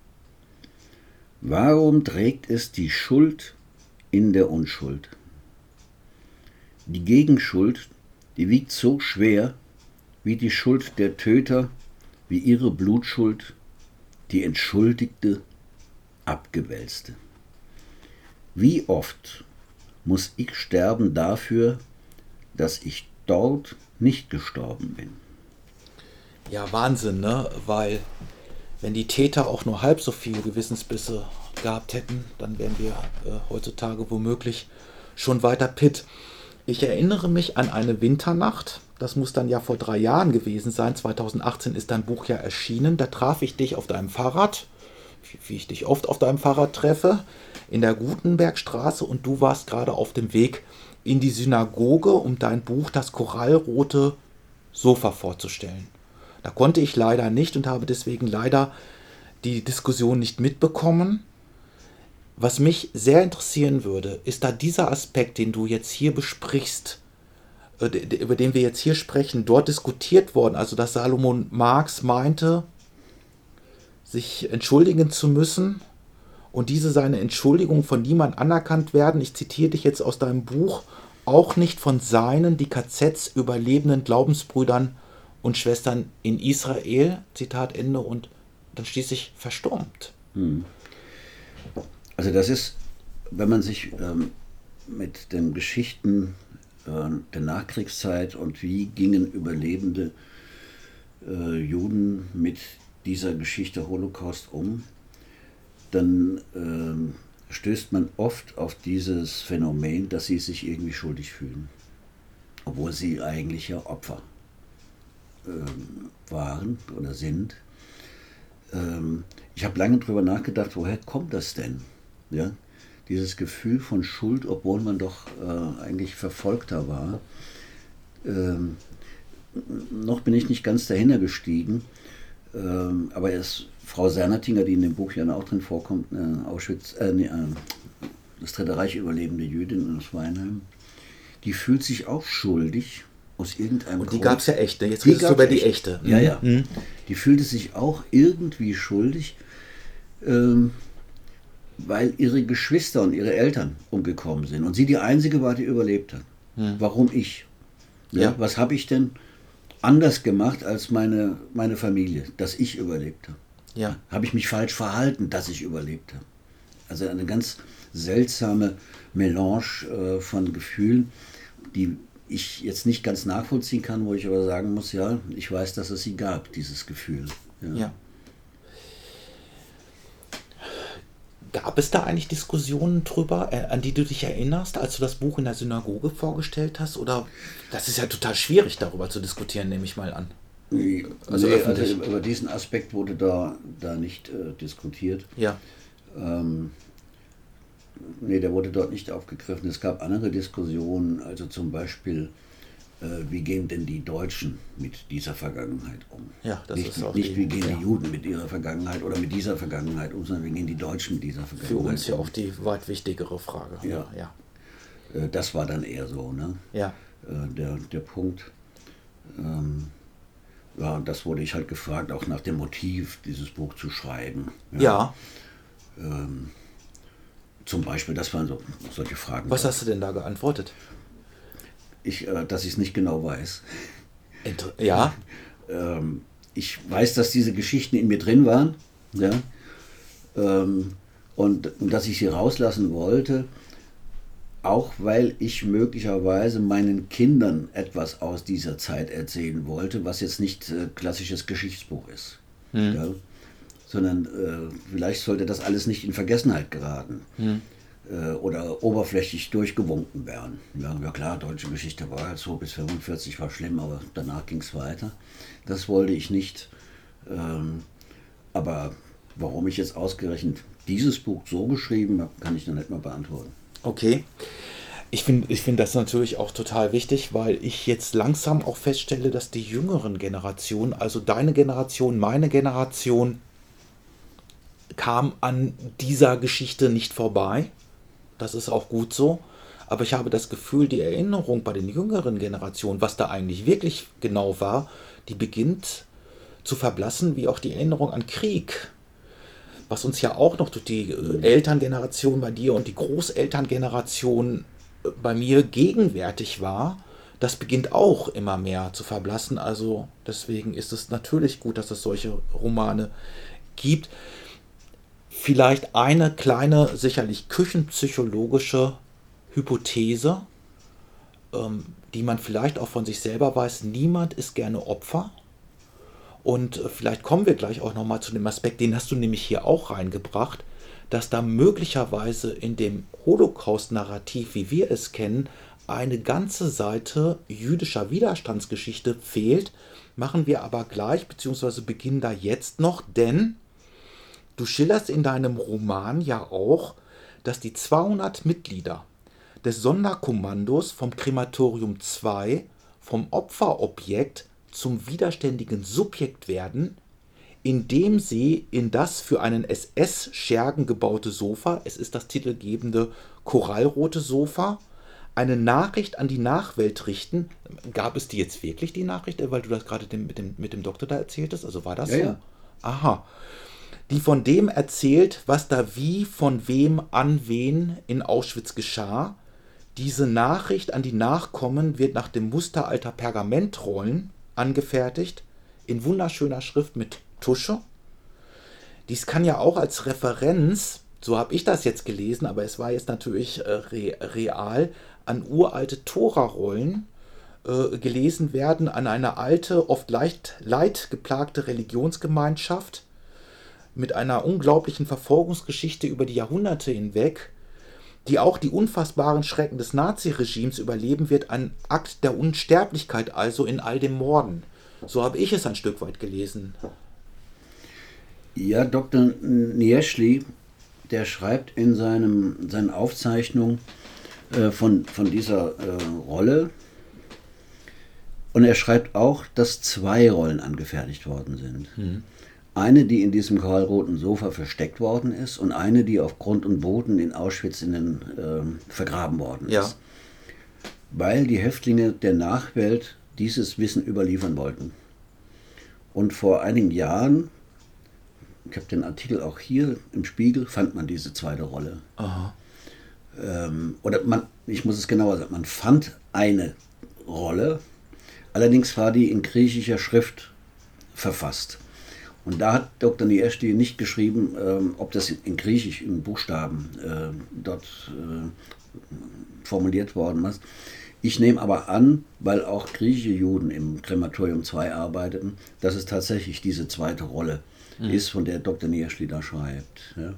Warum trägt es die Schuld in der Unschuld? Die Gegenschuld, die wiegt so schwer wie die Schuld der Töter, wie ihre Blutschuld, die entschuldigte, abgewälzte. Wie oft muss ich sterben dafür, dass ich dort nicht gestorben bin? Ja, Wahnsinn, ne? Weil wenn die Täter auch nur halb so viele Gewissensbisse gehabt hätten, dann wären wir heutzutage womöglich schon weiter Pitt. Ich erinnere mich an eine Winternacht, das muss dann ja vor 3 Jahren gewesen sein, 2018 ist dein Buch ja erschienen, da traf ich dich auf deinem Fahrrad, wie ich dich oft auf deinem Fahrrad treffe, in der Gutenbergstraße und du warst gerade auf dem Weg in die Synagoge, um dein Buch Das korallrote Sofa vorzustellen. Da konnte ich leider nicht und habe deswegen leider die Diskussion nicht mitbekommen. Was mich sehr interessieren würde, ist da dieser Aspekt, den du jetzt hier besprichst, über den wir jetzt hier sprechen, dort diskutiert worden, also dass Salomon Marx meinte, sich entschuldigen zu müssen und diese seine Entschuldigung von niemand anerkannt werden, ich zitiere dich jetzt aus deinem Buch, auch nicht von seinen die KZs überlebenden Glaubensbrüdern und Schwestern in Israel, Zitat Ende, und dann schließlich verstummt. Also das ist, wenn man sich mit den Geschichten der Nachkriegszeit und wie gingen überlebende Juden mit dieser Geschichte Holocaust um, dann stößt man oft auf dieses Phänomen, dass sie sich irgendwie schuldig fühlen, obwohl sie eigentlich ja Opfer waren oder sind. Ich habe lange darüber nachgedacht, woher kommt das denn? Ja? Dieses Gefühl von Schuld, obwohl man doch eigentlich Verfolgter war. Noch bin ich nicht ganz dahinter gestiegen, aber Frau Sernatinger, die in dem Buch ja auch drin vorkommt, das Dritte Reich überlebende Jüdin aus Weinheim, die fühlt sich auch schuldig aus irgendeinem Grund. Und die gab es ja echt, ne? Jetzt redest du über die echte. Ja, ja. Mhm. Die fühlte sich auch irgendwie schuldig, weil ihre Geschwister und ihre Eltern umgekommen sind. Und sie die Einzige war, die überlebt hat. Warum ich? Ja. Was habe ich denn anders gemacht als meine Familie, dass ich überlebt habe? Ja. Habe ich mich falsch verhalten, dass ich überlebt habe? Also eine ganz seltsame Melange von Gefühlen, die ich jetzt nicht ganz nachvollziehen kann, wo ich aber sagen muss, ja, ich weiß, dass es sie gab, dieses Gefühl. Ja. Gab es da eigentlich Diskussionen drüber, an die du dich erinnerst, als du das Buch in der Synagoge vorgestellt hast? Oder das ist ja total schwierig, darüber zu diskutieren, nehme ich mal an. Also über diesen Aspekt wurde da nicht diskutiert. Ja. Der wurde dort nicht aufgegriffen. Es gab andere Diskussionen, also zum Beispiel, wie gehen denn die Deutschen mit dieser Vergangenheit um? Ja, das ist auch nicht wie gehen die Juden mit ihrer Vergangenheit oder mit dieser Vergangenheit um, sondern wie gehen die Deutschen mit dieser Vergangenheit um? Für uns ja auch die weit wichtigere Frage. Ja. Das war dann eher so, ne? Ja. Der Punkt. Das wurde ich halt gefragt, auch nach dem Motiv, dieses Buch zu schreiben. Ja. Zum Beispiel, das waren solche Fragen. Was hast du denn da geantwortet? Dass ich es nicht genau weiß. Ja. Ich weiß, dass diese Geschichten in mir drin waren. Ja. Und dass ich sie rauslassen wollte, auch weil ich möglicherweise meinen Kindern etwas aus dieser Zeit erzählen wollte, was jetzt nicht klassisches Geschichtsbuch ist. Ja? Sondern vielleicht sollte das alles nicht in Vergessenheit geraten oder oberflächlich durchgewunken werden. Ja klar, deutsche Geschichte war halt so, bis 45 war schlimm, aber danach ging es weiter. Das wollte ich nicht. Aber warum ich jetzt ausgerechnet dieses Buch so geschrieben habe, kann ich noch nicht mal beantworten. Okay. Ich find das natürlich auch total wichtig, weil ich jetzt langsam auch feststelle, dass die jüngeren Generationen, also deine Generation, meine Generation, kam an dieser Geschichte nicht vorbei. Das ist auch gut so. Aber ich habe das Gefühl, die Erinnerung bei den jüngeren Generationen, was da eigentlich wirklich genau war, die beginnt zu verblassen, wie auch die Erinnerung an Krieg. Was uns ja auch noch durch die Elterngeneration bei dir und die Großelterngeneration bei mir gegenwärtig war, das beginnt auch immer mehr zu verblassen. Also deswegen ist es natürlich gut, dass es solche Romane gibt. Vielleicht eine kleine, sicherlich küchenpsychologische Hypothese, die man vielleicht auch von sich selber weiß. Niemand ist gerne Opfer. Und vielleicht kommen wir gleich auch nochmal zu dem Aspekt, den hast du nämlich hier auch reingebracht, dass da möglicherweise in dem Holocaust-Narrativ, wie wir es kennen, eine ganze Seite jüdischer Widerstandsgeschichte fehlt. Machen wir aber gleich, beziehungsweise beginnen da jetzt noch, denn du schilderst in deinem Roman ja auch, dass die 200 Mitglieder des Sonderkommandos vom Krematorium II vom Opferobjekt zum widerständigen Subjekt werden, indem sie in das für einen SS-Schergen gebaute Sofa, es ist das titelgebende korallrote Sofa, eine Nachricht an die Nachwelt richten. Gab es die jetzt wirklich, die Nachricht, weil du das gerade mit dem Doktor da erzähltest? Also war das so? Ja. Aha. Die von dem erzählt, was da wie, von wem, an wen in Auschwitz geschah. Diese Nachricht an die Nachkommen wird nach dem Muster alter Pergamentrollen angefertigt, in wunderschöner Schrift mit Tusche. Dies kann ja auch als Referenz, so habe ich das jetzt gelesen, aber es war jetzt natürlich real, an uralte Tora-Rollen gelesen werden, an eine alte, oft leidgeplagte Religionsgemeinschaft mit einer unglaublichen Verfolgungsgeschichte über die Jahrhunderte hinweg, die auch die unfassbaren Schrecken des Naziregimes überleben wird, ein Akt der Unsterblichkeit also in all dem Morden. So habe ich es ein Stück weit gelesen. Ja, Dr. Nieszcz, der schreibt in seinen Aufzeichnungen von dieser Rolle, und er schreibt auch, dass 2 Rollen angefertigt worden sind. Eine, die in diesem korallroten Sofa versteckt worden ist, und eine, die auf Grund und Boden in Auschwitz vergraben worden ist. Ja. Weil die Häftlinge der Nachwelt dieses Wissen überliefern wollten. Und vor einigen Jahren, ich habe den Artikel auch hier im Spiegel, fand man diese 2. Rolle. Aha. Ich muss es genauer sagen, man fand eine Rolle, allerdings war die in griechischer Schrift verfasst. Und da hat Dr. Nieszcz nicht geschrieben, ob das in Griechisch, in Buchstaben dort formuliert worden ist. Ich nehme aber an, weil auch griechische Juden im Krematorium II arbeiteten, dass es tatsächlich diese 2. Rolle ist, von der Dr. Nieszcz da schreibt. Ja.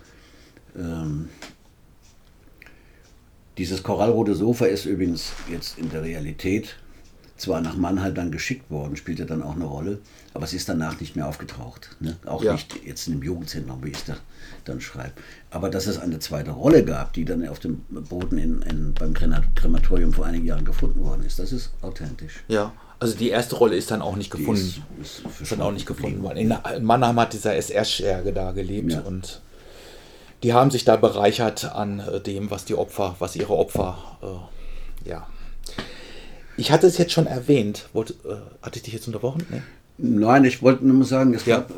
Dieses korallrote Sofa ist übrigens jetzt in der Realität zwar nach Mannheim dann geschickt worden, spielte dann auch eine Rolle, aber es ist danach nicht mehr aufgetaucht. Ne? Auch nicht jetzt im Jugendzentrum, wie ich da dann schreibe. Aber dass es eine 2. Rolle gab, die dann auf dem Boden beim Krematorium vor einigen Jahren gefunden worden ist, das ist authentisch. Ja, also die erste Rolle ist dann auch nicht gefunden. Ist dann auch nicht gefunden worden. In Mannheim hat dieser SS-Scherge da gelebt, und die haben sich da bereichert an dem, was ihre Opfer, ja. Ich hatte es jetzt schon erwähnt. Hatte ich dich jetzt unterbrochen? Nee? Nein, ich wollte nur mal sagen,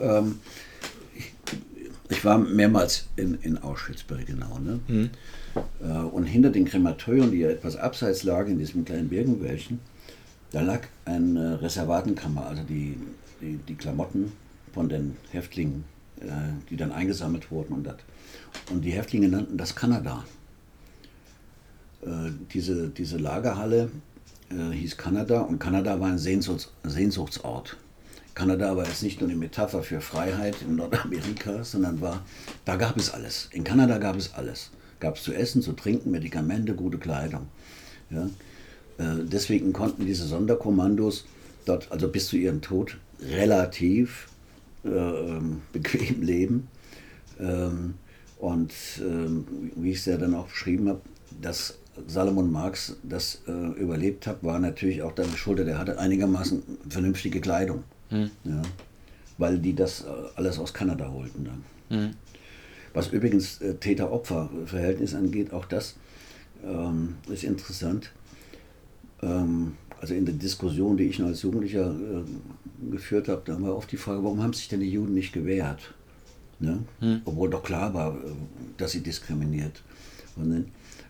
ich war mehrmals in Auschwitz-Birkenau. Ne? Und hinter den Krematorien, die ja etwas abseits lagen, in diesem kleinen Birkenwäldchen, da lag eine Reservatenkammer, also die Klamotten von den Häftlingen die dann eingesammelt wurden. Und die Häftlinge nannten das Kanada. Diese Lagerhalle hieß Kanada, und Kanada war ein Sehnsuchtsort. Kanada war jetzt nicht nur eine Metapher für Freiheit in Nordamerika, sondern da gab es alles. In Kanada gab es alles. Gab es zu essen, zu trinken, Medikamente, gute Kleidung. Ja? Deswegen konnten diese Sonderkommandos dort, also bis zu ihrem Tod, relativ bequem leben. Wie ich es ja dann auch beschrieben habe, dass Salomon Marx das überlebt hat, war natürlich auch dann geschuldet. Er hatte einigermaßen vernünftige Kleidung, ja, weil die das alles aus Kanada holten dann. Was übrigens Täter-Opfer-Verhältnis angeht, auch das ist interessant. Also in der Diskussion, die ich noch als Jugendlicher geführt habe, da war oft die Frage, warum haben sich denn die Juden nicht gewehrt? Ne? Obwohl doch klar war, dass sie diskriminiert wurden.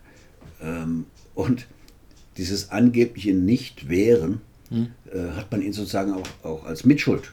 Und dieses angebliche Nicht-Wehren hat man ihnen sozusagen auch als Mitschuld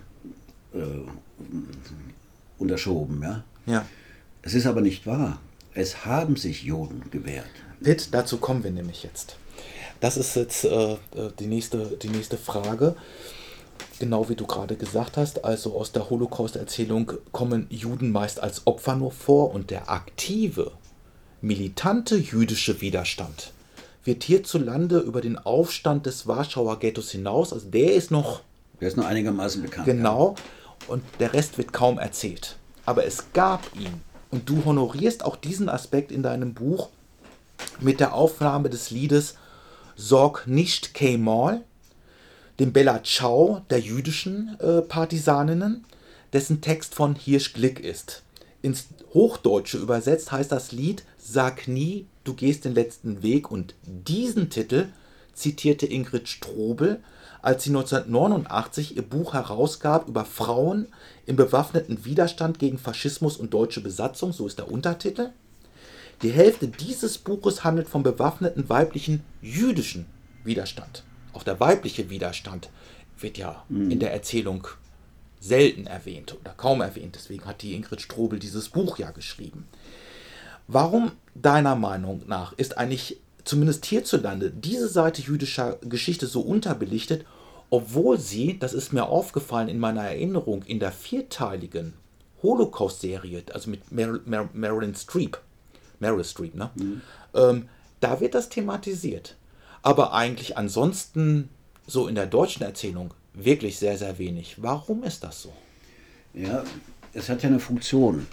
unterschoben. Ja? Ja. Es ist aber nicht wahr. Es haben sich Juden gewehrt. Pitt, dazu kommen wir nämlich jetzt. Das ist jetzt die nächste Frage. Genau wie du gerade gesagt hast, also aus der Holocaust-Erzählung kommen Juden meist als Opfer nur vor, und der aktive, militante jüdische Widerstand wird hierzulande über den Aufstand des Warschauer Ghettos hinaus, also der ist noch einigermaßen bekannt. Genau, und der Rest wird kaum erzählt. Aber es gab ihn, und du honorierst auch diesen Aspekt in deinem Buch mit der Aufnahme des Liedes Sorg nicht Kemal, dem Bella Ciao der jüdischen Partisaninnen, dessen Text von Hirsch Glick ist. Ins Hochdeutsche übersetzt heißt das Lied Sag nie, du gehst den letzten Weg, und diesen Titel zitierte Ingrid Strobel, als sie 1989 ihr Buch herausgab über Frauen im bewaffneten Widerstand gegen Faschismus und deutsche Besatzung, so ist der Untertitel. Die Hälfte dieses Buches handelt vom bewaffneten weiblichen jüdischen Widerstand. Auch der weibliche Widerstand wird ja in der Erzählung selten erwähnt oder kaum erwähnt. Deswegen hat die Ingrid Strobel dieses Buch ja geschrieben. Warum, deiner Meinung nach, ist eigentlich zumindest hierzulande diese Seite jüdischer Geschichte so unterbelichtet, obwohl sie, das ist mir aufgefallen in meiner Erinnerung, in der vierteiligen Holocaust-Serie, also mit Meryl Streep, ne? Da wird das thematisiert. Aber eigentlich ansonsten, so in der deutschen Erzählung, wirklich sehr, sehr wenig. Warum ist das so? Ja, es hat ja eine Funktion.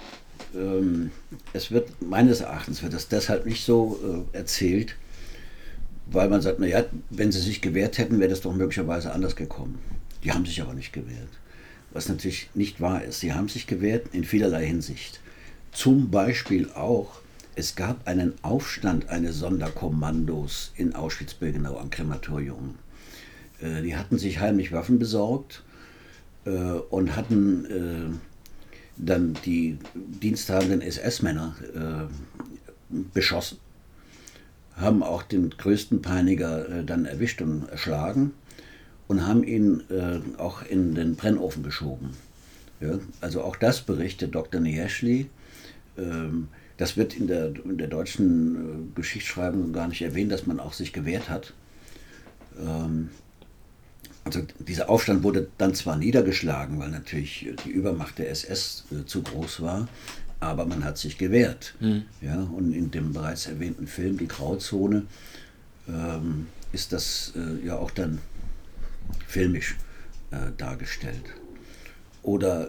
Meines Erachtens wird das deshalb nicht so erzählt, weil man sagt, naja, wenn sie sich gewehrt hätten, wäre das doch möglicherweise anders gekommen. Die haben sich aber nicht gewehrt. Was natürlich nicht wahr ist. Sie haben sich gewehrt in vielerlei Hinsicht. Zum Beispiel auch, es gab einen Aufstand eines Sonderkommandos in Auschwitz-Birkenau am Krematorium. Die hatten sich heimlich Waffen besorgt und hatten dann die diensthabenden SS-Männer beschossen, haben auch den größten Peiniger dann erwischt und erschlagen und haben ihn auch in den Brennofen geschoben. Ja, also auch das berichtet Dr. Nieszcz. Das wird in der deutschen Geschichtsschreibung gar nicht erwähnt, dass man auch sich gewehrt hat. Also dieser Aufstand wurde dann zwar niedergeschlagen, weil natürlich die Übermacht der SS zu groß war, aber man hat sich gewehrt. Ja, und in dem bereits erwähnten Film Die Grauzone ist das ja auch dann filmisch dargestellt. Oder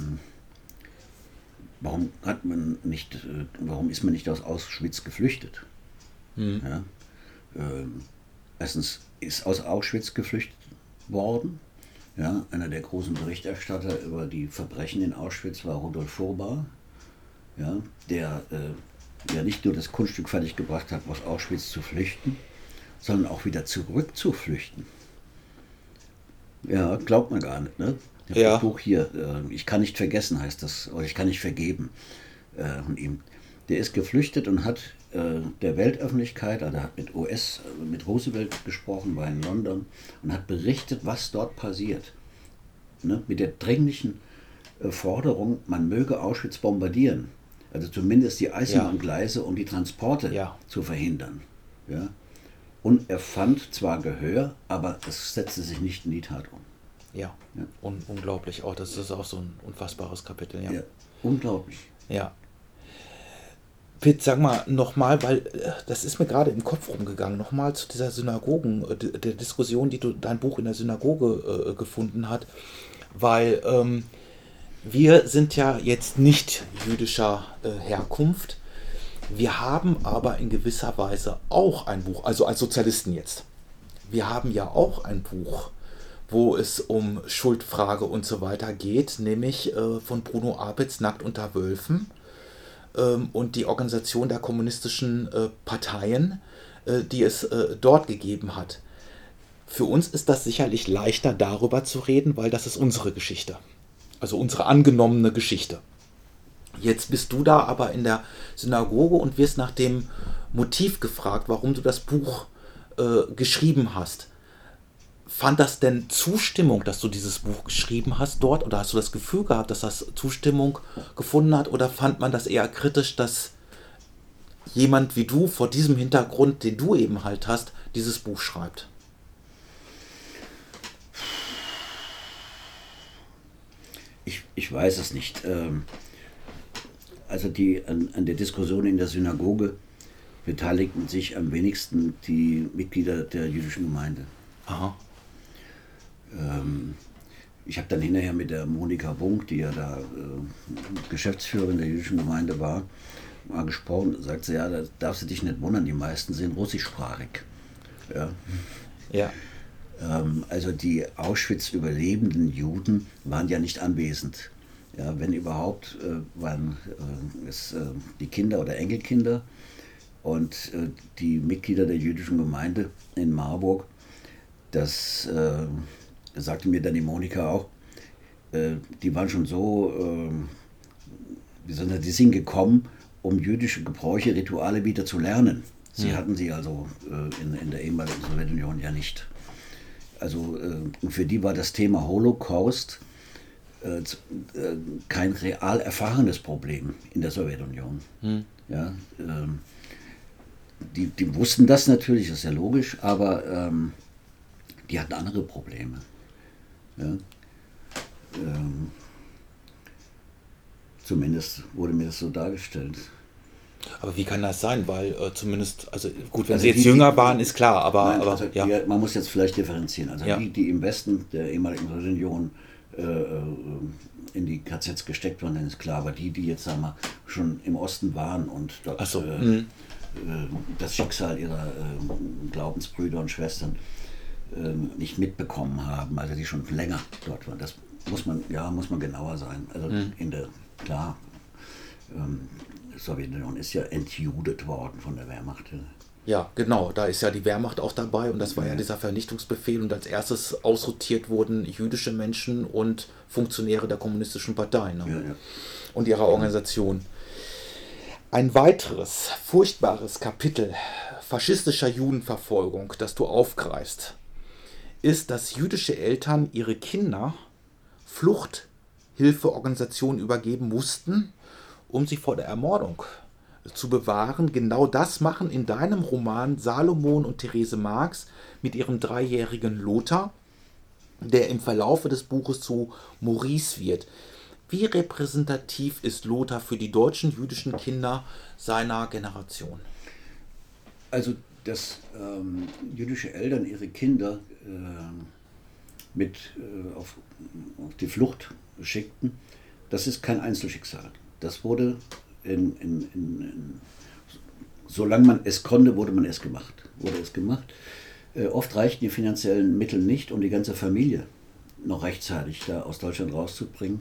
warum ist man nicht aus Auschwitz geflüchtet? Ja, erstens ist aus Auschwitz geflüchtet worden. Ja, einer der großen Berichterstatter über die Verbrechen in Auschwitz war Rudolf Furbar, ja, der ja nicht nur das Kunststück fertiggebracht hat, aus Auschwitz zu flüchten, sondern auch wieder zurück zu flüchten. Ja, glaubt man gar nicht, ne? Das Buch hier, Ich kann nicht vergessen heißt das, oder Ich kann nicht vergeben von ihm. Der ist geflüchtet und hat der Weltöffentlichkeit, also hat mit Roosevelt gesprochen, war in London und hat berichtet, was dort passiert. Ne? Mit der dringlichen Forderung, man möge Auschwitz bombardieren. Also zumindest die Eisenbahngleise, um die Transporte zu verhindern. Ja? Und er fand zwar Gehör, aber es setzte sich nicht in die Tat um. Ja. Unglaublich. Oh, das ist auch so ein unfassbares Kapitel. Ja, unglaublich. Ja. Pitt, sag mal nochmal, weil das ist mir gerade im Kopf rumgegangen, nochmal zu dieser der Diskussion, die dein Buch in der Synagoge gefunden hat, weil wir sind ja jetzt nicht jüdischer Herkunft, wir haben aber in gewisser Weise auch ein Buch, also als Sozialisten jetzt, wir haben ja auch ein Buch, wo es um Schuldfrage und so weiter geht, nämlich von Bruno Apitz, Nackt unter Wölfen, und die Organisation der kommunistischen Parteien, die es dort gegeben hat. Für uns ist das sicherlich leichter, darüber zu reden, weil das ist unsere Geschichte. Also unsere angenommene Geschichte. Jetzt bist du da aber in der Synagoge und wirst nach dem Motiv gefragt, warum du das Buch geschrieben hast. Fand das denn Zustimmung, dass du dieses Buch geschrieben hast dort? Oder hast du das Gefühl gehabt, dass das Zustimmung gefunden hat? Oder fand man das eher kritisch, dass jemand wie du vor diesem Hintergrund, den du eben halt hast, dieses Buch schreibt? Ich weiß es nicht. Also an der Diskussion in der Synagoge beteiligten sich am wenigsten die Mitglieder der jüdischen Gemeinde. Aha. Ich habe dann hinterher mit der Monika Bunk, die ja da Geschäftsführerin der jüdischen Gemeinde war, mal gesprochen. Da sagt sie, ja, da darfst du dich nicht wundern, die meisten sind russischsprachig. Ja. Ja. Also die Auschwitz-überlebenden Juden waren ja nicht anwesend. Ja, wenn überhaupt, waren es die Kinder oder Enkelkinder und die Mitglieder der jüdischen Gemeinde in Marburg. Das sagte mir dann die Monika auch, die waren schon so, die sind gekommen, um jüdische Gebräuche, Rituale wieder zu lernen. Sie hatten sie also in der ehemaligen Sowjetunion ja nicht. Also für die war das Thema Holocaust kein real erfahrenes Problem in der Sowjetunion. Ja, die wussten das natürlich, das ist ja logisch, aber die hatten andere Probleme. Ja? Zumindest wurde mir das so dargestellt. Aber wie kann das sein? Weil zumindest, also gut, wenn also sie jetzt jünger waren, ist klar, aber... Nein, aber also man muss jetzt vielleicht differenzieren. Also die im Westen der ehemaligen Sowjetunion in die KZs gesteckt waren, dann ist klar, aber die jetzt, sagen wir, schon im Osten waren und dort das Schicksal ihrer Glaubensbrüder und Schwestern nicht mitbekommen haben, also die schon länger dort waren. Das muss man genauer sein. Also Sowjetunion ist ja entjudet worden von der Wehrmacht. Ja, genau, da ist ja die Wehrmacht auch dabei und das war ja dieser Vernichtungsbefehl und als erstes ausrotiert wurden jüdische Menschen und Funktionäre der kommunistischen Partei und ihrer Organisation. Ein weiteres furchtbares Kapitel faschistischer Judenverfolgung, das du aufgreifst, ist, dass jüdische Eltern ihre Kinder Fluchthilfeorganisationen übergeben mussten, um sie vor der Ermordung zu bewahren. Genau das machen in deinem Roman Salomon und Therese Marx mit ihrem 3-jährigen Lothar, der im Verlaufe des Buches zu Maurice wird. Wie repräsentativ ist Lothar für die deutschen jüdischen Kinder seiner Generation? Also, dass jüdische Eltern ihre Kinder auf die Flucht schickten, das ist kein Einzelschicksal. Das wurde, solange man es konnte, wurde es gemacht. Oft reichten die finanziellen Mittel nicht, um die ganze Familie noch rechtzeitig da aus Deutschland rauszubringen.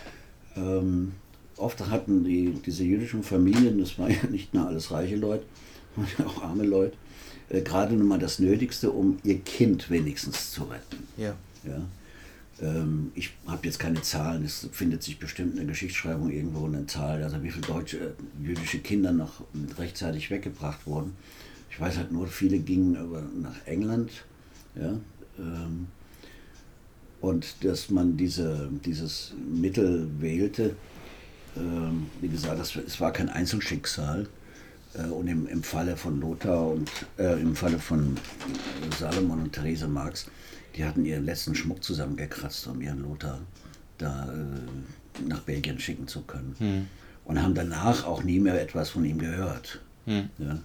Oft hatten diese jüdischen Familien, das waren ja nicht nur alles reiche Leute, sondern ja auch arme Leute, gerade nur mal das Nötigste, um ihr Kind wenigstens zu retten. Ja. Ich habe jetzt keine Zahlen, es findet sich bestimmt in der Geschichtsschreibung irgendwo eine Zahl, also wie viele jüdische Kinder noch rechtzeitig weggebracht wurden. Ich weiß halt nur, viele gingen nach England, ja, Und dass man dieses Mittel wählte, wie gesagt, es war kein Einzelschicksal. Und im Falle von Lothar und im Falle von Salomon und Therese Marx, die hatten ihren letzten Schmuck zusammengekratzt, um ihren Lothar da nach Belgien schicken zu können. Und haben danach auch nie mehr etwas von ihm gehört. Ja?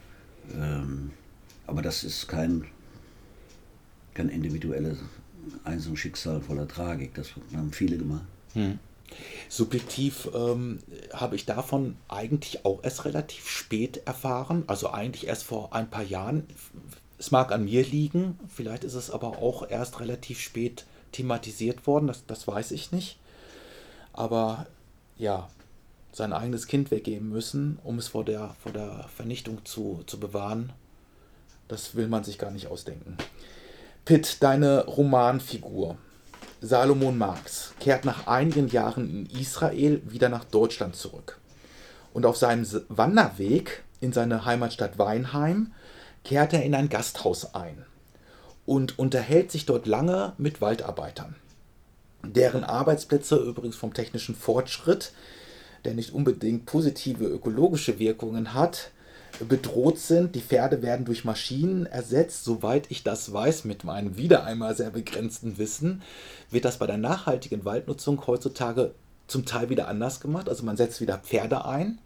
Aber das ist kein individuelles Einzelschicksal voller Tragik. Das haben viele gemacht. Subjektiv habe ich davon eigentlich auch erst relativ spät erfahren, also eigentlich erst vor ein paar Jahren. Es mag an mir liegen, vielleicht ist es aber auch erst relativ spät thematisiert worden, das weiß ich nicht. Aber ja, sein eigenes Kind weggeben müssen, um es vor der Vernichtung zu bewahren, das will man sich gar nicht ausdenken. Pitt, deine Romanfigur. Salomon Marx kehrt nach einigen Jahren in Israel wieder nach Deutschland zurück. Und auf seinem Wanderweg in seine Heimatstadt Weinheim kehrt er in ein Gasthaus ein und unterhält sich dort lange mit Waldarbeitern, deren Arbeitsplätze übrigens vom technischen Fortschritt, der nicht unbedingt positive ökologische Wirkungen hat, bedroht sind. Die Pferde werden durch Maschinen ersetzt. Soweit ich das weiß, mit meinem wieder einmal sehr begrenzten Wissen, wird das bei der nachhaltigen Waldnutzung heutzutage zum Teil wieder anders gemacht. Also man setzt wieder Pferde ein.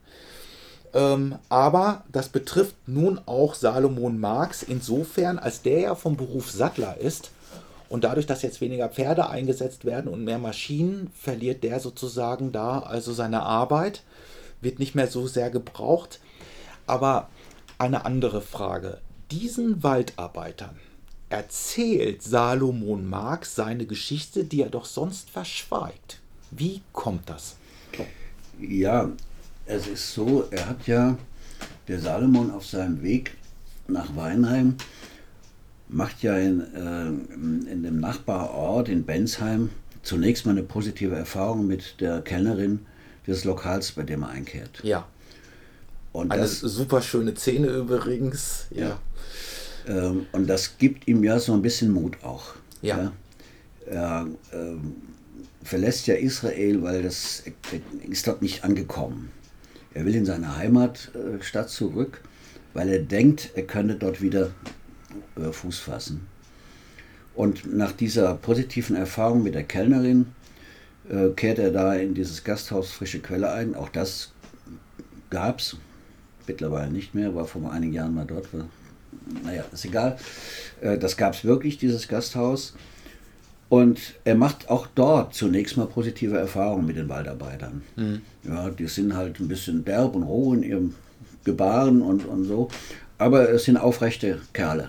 Aber das betrifft nun auch Salomon Marx insofern, als der ja vom Beruf Sattler ist. Und dadurch, dass jetzt weniger Pferde eingesetzt werden und mehr Maschinen, verliert der sozusagen da also seine Arbeit, wird nicht mehr so sehr gebraucht. Aber eine andere Frage. Diesen Waldarbeitern erzählt Salomon Marx seine Geschichte, die er doch sonst verschweigt. Wie kommt das? Ja, es ist so, der Salomon auf seinem Weg nach Weinheim macht ja in dem Nachbarort in Bensheim zunächst mal eine positive Erfahrung mit der Kellnerin des Lokals, bei dem er einkehrt. Ja. Und eine super schöne Szene übrigens. Ja. Und das gibt ihm ja so ein bisschen Mut auch. Ja. Er verlässt ja Israel, weil er ist dort nicht angekommen. Er will in seine Heimatstadt zurück, weil er denkt, er könne dort wieder Fuß fassen. Und nach dieser positiven Erfahrung mit der Kellnerin kehrt er da in dieses Gasthaus Frische Quelle ein. Auch das gab es. Mittlerweile nicht mehr, war vor einigen Jahren mal dort. Naja, ist egal. Das gab es wirklich, dieses Gasthaus. Und er macht auch dort zunächst mal positive Erfahrungen mit den Waldarbeitern. Ja, die sind halt ein bisschen derb und roh in ihrem Gebaren und so. Aber es sind aufrechte Kerle.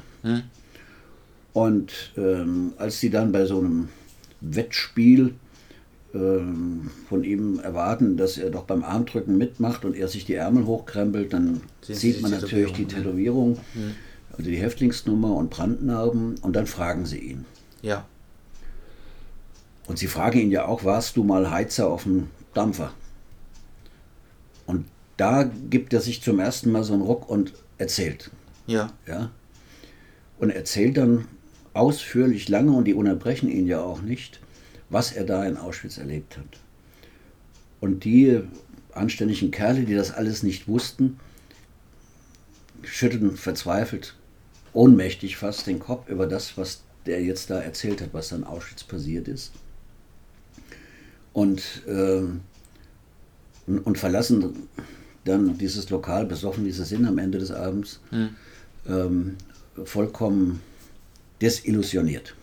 Und als sie dann bei so einem Wettspiel von ihm erwarten, dass er doch beim Armdrücken mitmacht und er sich die Ärmel hochkrempelt, dann sieht man natürlich die Tätowierung, also die Häftlingsnummer und Brandnarben, und dann fragen sie ihn. Ja. Und sie fragen ihn ja auch, warst du mal Heizer auf dem Dampfer? Und da gibt er sich zum ersten Mal so einen Ruck und erzählt. Ja. Ja. Und erzählt dann ausführlich lange, und die unterbrechen ihn ja auch nicht, was er da in Auschwitz erlebt hat. Und die anständigen Kerle, die das alles nicht wussten, schüttelten verzweifelt, ohnmächtig fast den Kopf über das, was der jetzt da erzählt hat, was da in Auschwitz passiert ist. Und verlassen dann dieses Lokal besoffen, wie sie sind am Ende des Abends, vollkommen desillusioniert.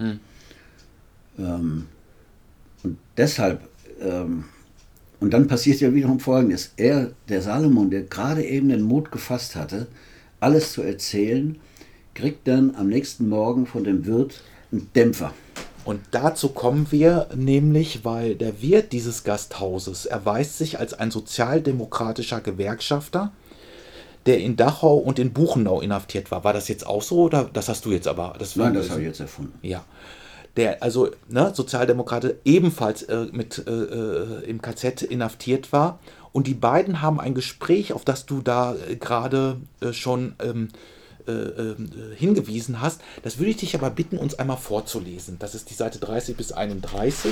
Und deshalb, und dann passiert ja wiederum Folgendes: der Salomon, der gerade eben den Mut gefasst hatte, alles zu erzählen, kriegt dann am nächsten Morgen von dem Wirt einen Dämpfer. Und dazu kommen wir nämlich, weil der Wirt dieses Gasthauses erweist sich als ein sozialdemokratischer Gewerkschafter, der in Dachau und in Buchenau inhaftiert war. War das jetzt auch so, oder das hast du jetzt aber? Nein, das habe ich jetzt erfunden. Ja. Der, also Sozialdemokrate, ebenfalls im KZ inhaftiert war. Und die beiden haben ein Gespräch, auf das du da gerade schon hingewiesen hast. Das würde ich dich aber bitten, uns einmal vorzulesen. Das ist die Seite 30 bis 31.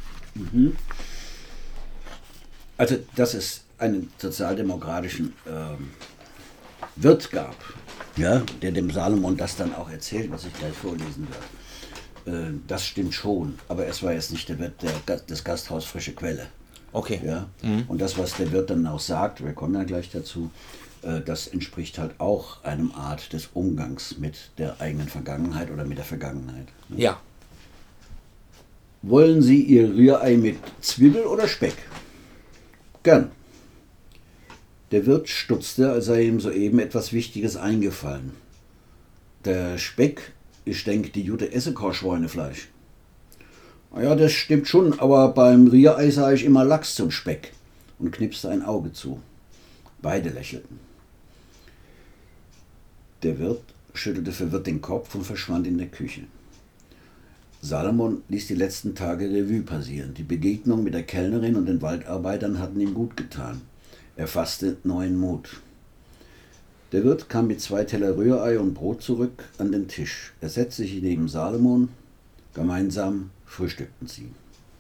Also, dass es einen sozialdemokratischen Wirt gab, ja, der dem Salomon das dann auch erzählt, was ich gleich vorlesen werde. Das stimmt schon, aber es war jetzt nicht der Wirt des Gasthaus Frische Quelle. Okay. Ja? Und das, was der Wirt dann auch sagt, wir kommen ja gleich dazu, das entspricht halt auch einem Art des Umgangs mit der eigenen Vergangenheit oder mit der Vergangenheit. Ne? Ja. Wollen Sie Ihr Rührei mit Zwiebel oder Speck? Gern. Der Wirt stutzte, als sei ihm soeben etwas Wichtiges eingefallen. Der Speck, ich denke, die Jute esse kein Schweinefleisch. Ja, das stimmt schon, aber beim Rührei sah ich immer Lachs zum Speck und knipste ein Auge zu. Beide lächelten. Der Wirt schüttelte verwirrt den Kopf und verschwand in der Küche. Salomon ließ die letzten Tage Revue passieren. Die Begegnung mit der Kellnerin und den Waldarbeitern hatten ihm gut getan. Er fasste neuen Mut. Der Wirt kam mit 2 Teller Rührei und Brot zurück an den Tisch. Er setzte sich neben Salomon. Gemeinsam frühstückten sie.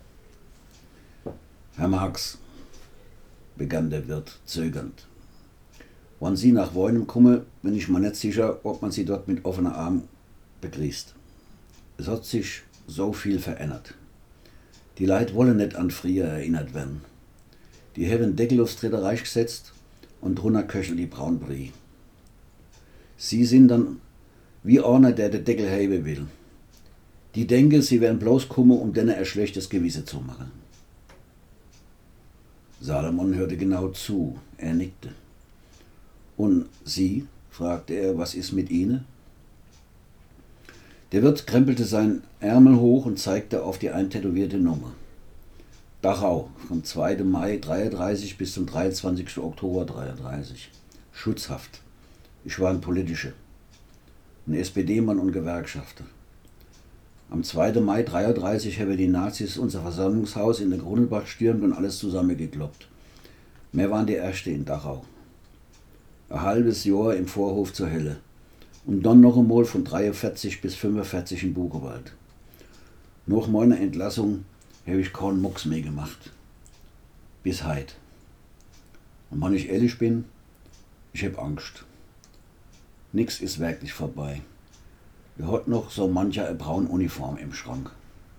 Herr Marx, begann der Wirt zögernd. Wenn Sie nach Woinem kommen, bin ich mir nicht sicher, ob man Sie dort mit offenen Armen begrüßt. Es hat sich so viel verändert. Die Leute wollen nicht an früher erinnert werden. Die haben den Deckel aufs Dritte Reich gesetzt und drunter köchelt die Braunbrie. Sie sind dann wie einer, der den Deckel heben will. Die denken, sie werden bloß kommen, um denen ein schlechtes Gewissen zu machen. Salomon hörte genau zu, er nickte. Und Sie? Fragte er, was ist mit Ihnen? Der Wirt krempelte seinen Ärmel hoch und zeigte auf die eintätowierte Nummer. Dachau, vom 2. Mai 33 bis zum 23. Oktober 33. Schutzhaft. Ich war ein Politischer. Ein SPD-Mann und Gewerkschafter. Am 2. Mai 33 haben die Nazis unser Versammlungshaus in der Grunelbach stürmt und alles zusammengekloppt. Wir waren die Erste in Dachau. Ein halbes Jahr im Vorhof zur Hölle. Und dann noch einmal von 43 bis 45 in Buchenwald. Nach meiner Entlassung habe ich keinen Mucks mehr gemacht. Bis heute. Und wenn ich ehrlich bin, ich habe Angst. Nix ist wirklich vorbei. Wir hat noch so mancher eine braune Uniform im Schrank.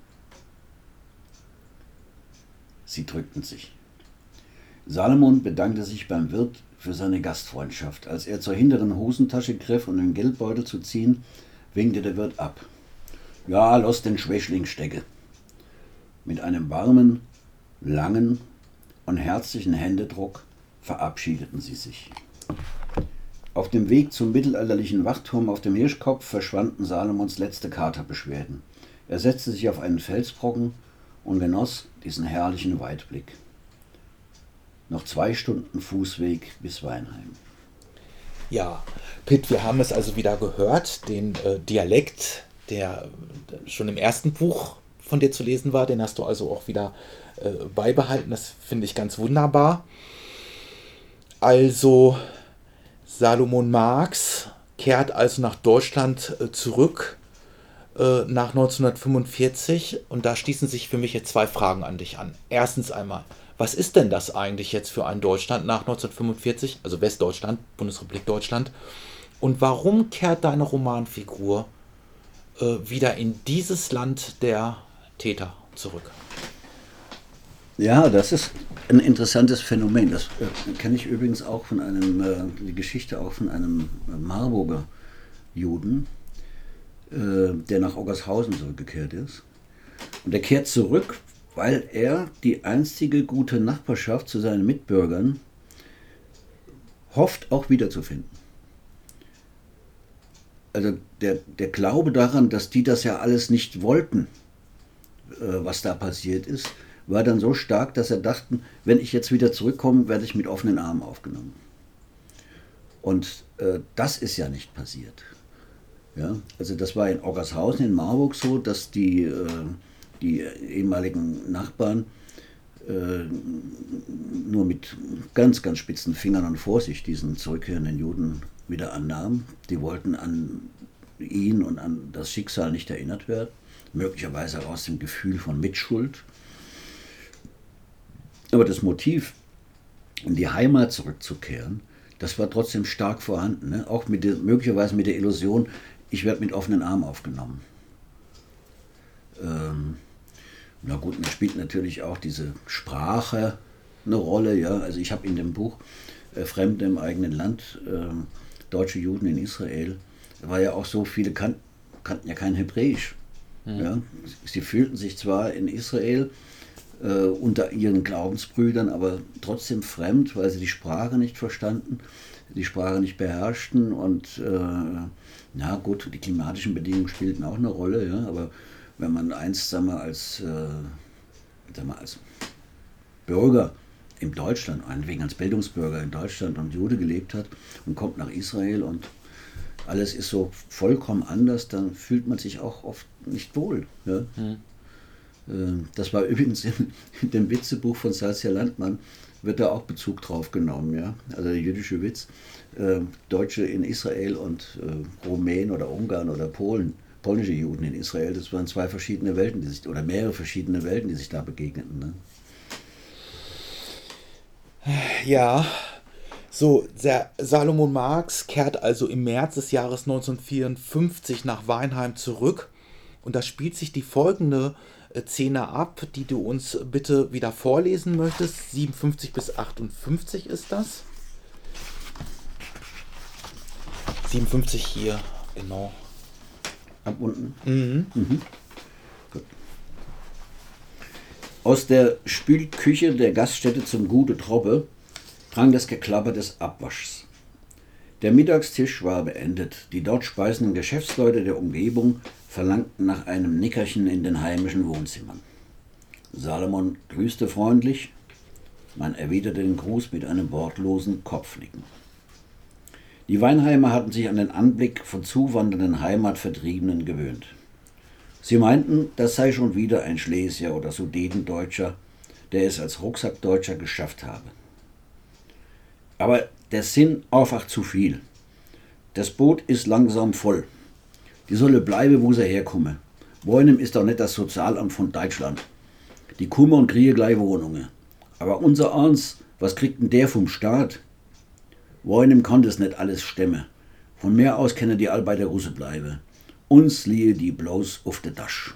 Sie drückten sich. Salomon bedankte sich beim Wirt für seine Gastfreundschaft. Als er zur hinteren Hosentasche griff, um den Geldbeutel zu ziehen, winkte der Wirt ab. Ja, lass den Schwächling stecken. Mit einem warmen, langen und herzlichen Händedruck verabschiedeten sie sich. Auf dem Weg zum mittelalterlichen Wachturm auf dem Hirschkopf verschwanden Salomons letzte Katerbeschwerden. Er setzte sich auf einen Felsbrocken und genoss diesen herrlichen Weitblick. Noch 2 Stunden Fußweg bis Weinheim. Ja, Pitt, wir haben es also wieder gehört, den Dialekt, der schon im ersten Buch von dir zu lesen war, den hast du also auch wieder beibehalten. Das finde ich ganz wunderbar. Also Salomon Marx kehrt also nach Deutschland zurück nach 1945 und da schließen sich für mich jetzt 2 Fragen an dich an. Erstens einmal, was ist denn das eigentlich jetzt für ein Deutschland nach 1945, also Westdeutschland, Bundesrepublik Deutschland? Und warum kehrt deine Romanfigur wieder in dieses Land der Täter zurück? Ja, das ist ein interessantes Phänomen. Das kenne ich übrigens auch von die Geschichte auch von einem Marburger Juden, der nach Oggershausen zurückgekehrt ist. Und er kehrt zurück, weil er die einzige gute Nachbarschaft zu seinen Mitbürgern hofft, auch wiederzufinden. Also der Glaube daran, dass die das ja alles nicht wollten, was da passiert ist, war dann so stark, dass er dachten, wenn ich jetzt wieder zurückkomme, werde ich mit offenen Armen aufgenommen. Und das ist ja nicht passiert. Ja? Also das war in Oggershausen in Marburg so, dass die ehemaligen Nachbarn nur mit ganz, ganz spitzen Fingern und Vorsicht diesen zurückkehrenden Juden wieder annahm. Die wollten an ihn und an das Schicksal nicht erinnert werden, möglicherweise aus dem Gefühl von Mitschuld. Aber das Motiv, in die Heimat zurückzukehren, das war trotzdem stark vorhanden, ne? Auch möglicherweise mit der Illusion, ich werde mit offenen Armen aufgenommen. Na gut, mir spielt natürlich auch diese Sprache eine Rolle. Ja? Also ich habe in dem Buch Fremde im eigenen Land, deutsche Juden in Israel, war ja auch so, viele kannten ja kein Hebräisch. Ja? Sie fühlten sich zwar in Israel unter ihren Glaubensbrüdern, aber trotzdem fremd, weil sie die Sprache nicht verstanden, die Sprache nicht beherrschten und na gut, die klimatischen Bedingungen spielten auch eine Rolle, ja? Aber wenn man einst, sagen wir, als Bürger in Deutschland, meinetwegen als Bildungsbürger in Deutschland und Jude gelebt hat und kommt nach Israel und alles ist so vollkommen anders, dann fühlt man sich auch oft nicht wohl. Ja? Das war übrigens in dem Witzebuch von Saskia Landmann, wird da auch Bezug drauf genommen. Ja? Also der jüdische Witz, Deutsche in Israel und Rumänen oder Ungarn oder polnische Juden in Israel, das waren zwei verschiedene Welten, oder mehrere verschiedene Welten, die sich da begegneten. Ne? Ja, so, der Salomon Marx kehrt also im März des Jahres 1954 nach Weinheim zurück und da spielt sich die folgende Szene ab, die du uns bitte wieder vorlesen möchtest. 57 bis 58 ist das. 57 hier, genau. Ab unten? Mhm. Gut. Aus der Spülküche der Gaststätte zum Gute Troppe drang das Geklapper des Abwaschs. Der Mittagstisch war beendet. Die dort speisenden Geschäftsleute der Umgebung verlangten nach einem Nickerchen in den heimischen Wohnzimmern. Salomon grüßte freundlich, man erwiderte den Gruß mit einem wortlosen Kopfnicken. Die Weinheimer hatten sich an den Anblick von zuwandernden Heimatvertriebenen gewöhnt. Sie meinten, das sei schon wieder ein Schlesier oder Sudetendeutscher, der es als Rucksackdeutscher geschafft habe. Aber der Sinn einfach zu viel. Das Boot ist langsam voll. Die solle bleibe, wo sie herkomme. Woinem ist doch nicht das Sozialamt von Deutschland. Die kummer und kriege gleich Wohnungen. Aber unser Arns, was kriegt denn der vom Staat? Woinem kann das nicht alles stemmen. Von mir aus können die all bei der Russe bleiben. Uns liehe die bloß auf de Tasch.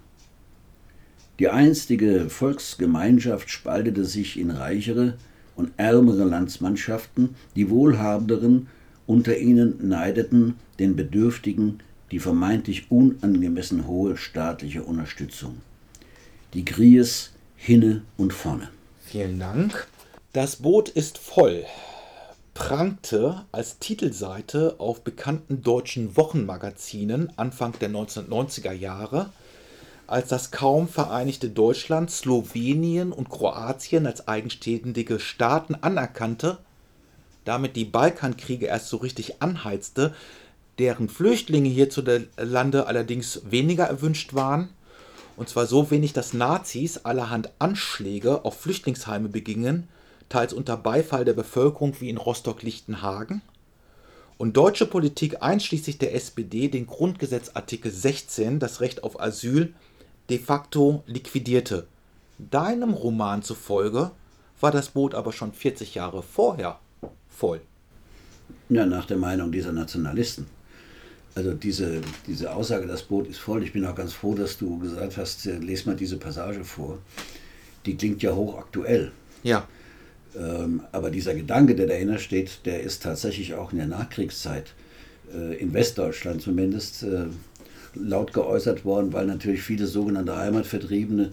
Die einstige Volksgemeinschaft spaltete sich in reichere und ärmere Landsmannschaften, die Wohlhabenderen unter ihnen neideten den Bedürftigen die vermeintlich unangemessen hohe staatliche Unterstützung. Die Gries hinne und vorne. Vielen Dank. Das Boot ist voll prangte als Titelseite auf bekannten deutschen Wochenmagazinen Anfang der 1990er Jahre, als das kaum vereinigte Deutschland Slowenien und Kroatien als eigenständige Staaten anerkannte, damit die Balkankriege erst so richtig anheizte, deren Flüchtlinge hierzulande allerdings weniger erwünscht waren, und zwar so wenig, dass Nazis allerhand Anschläge auf Flüchtlingsheime begingen, teils unter Beifall der Bevölkerung wie in Rostock-Lichtenhagen, und deutsche Politik einschließlich der SPD den Grundgesetzartikel 16, das Recht auf Asyl, de facto liquidierte. Deinem Roman zufolge war das Boot aber schon 40 Jahre vorher voll. Ja, nach der Meinung dieser Nationalisten. Also diese Aussage, das Boot ist voll, ich bin auch ganz froh, dass du gesagt hast, les mal diese Passage vor. Die klingt ja hochaktuell. Ja. Aber dieser Gedanke, der dahinter steht, der ist tatsächlich auch in der Nachkriegszeit, in Westdeutschland zumindest, laut geäußert worden, weil natürlich viele sogenannte Heimatvertriebene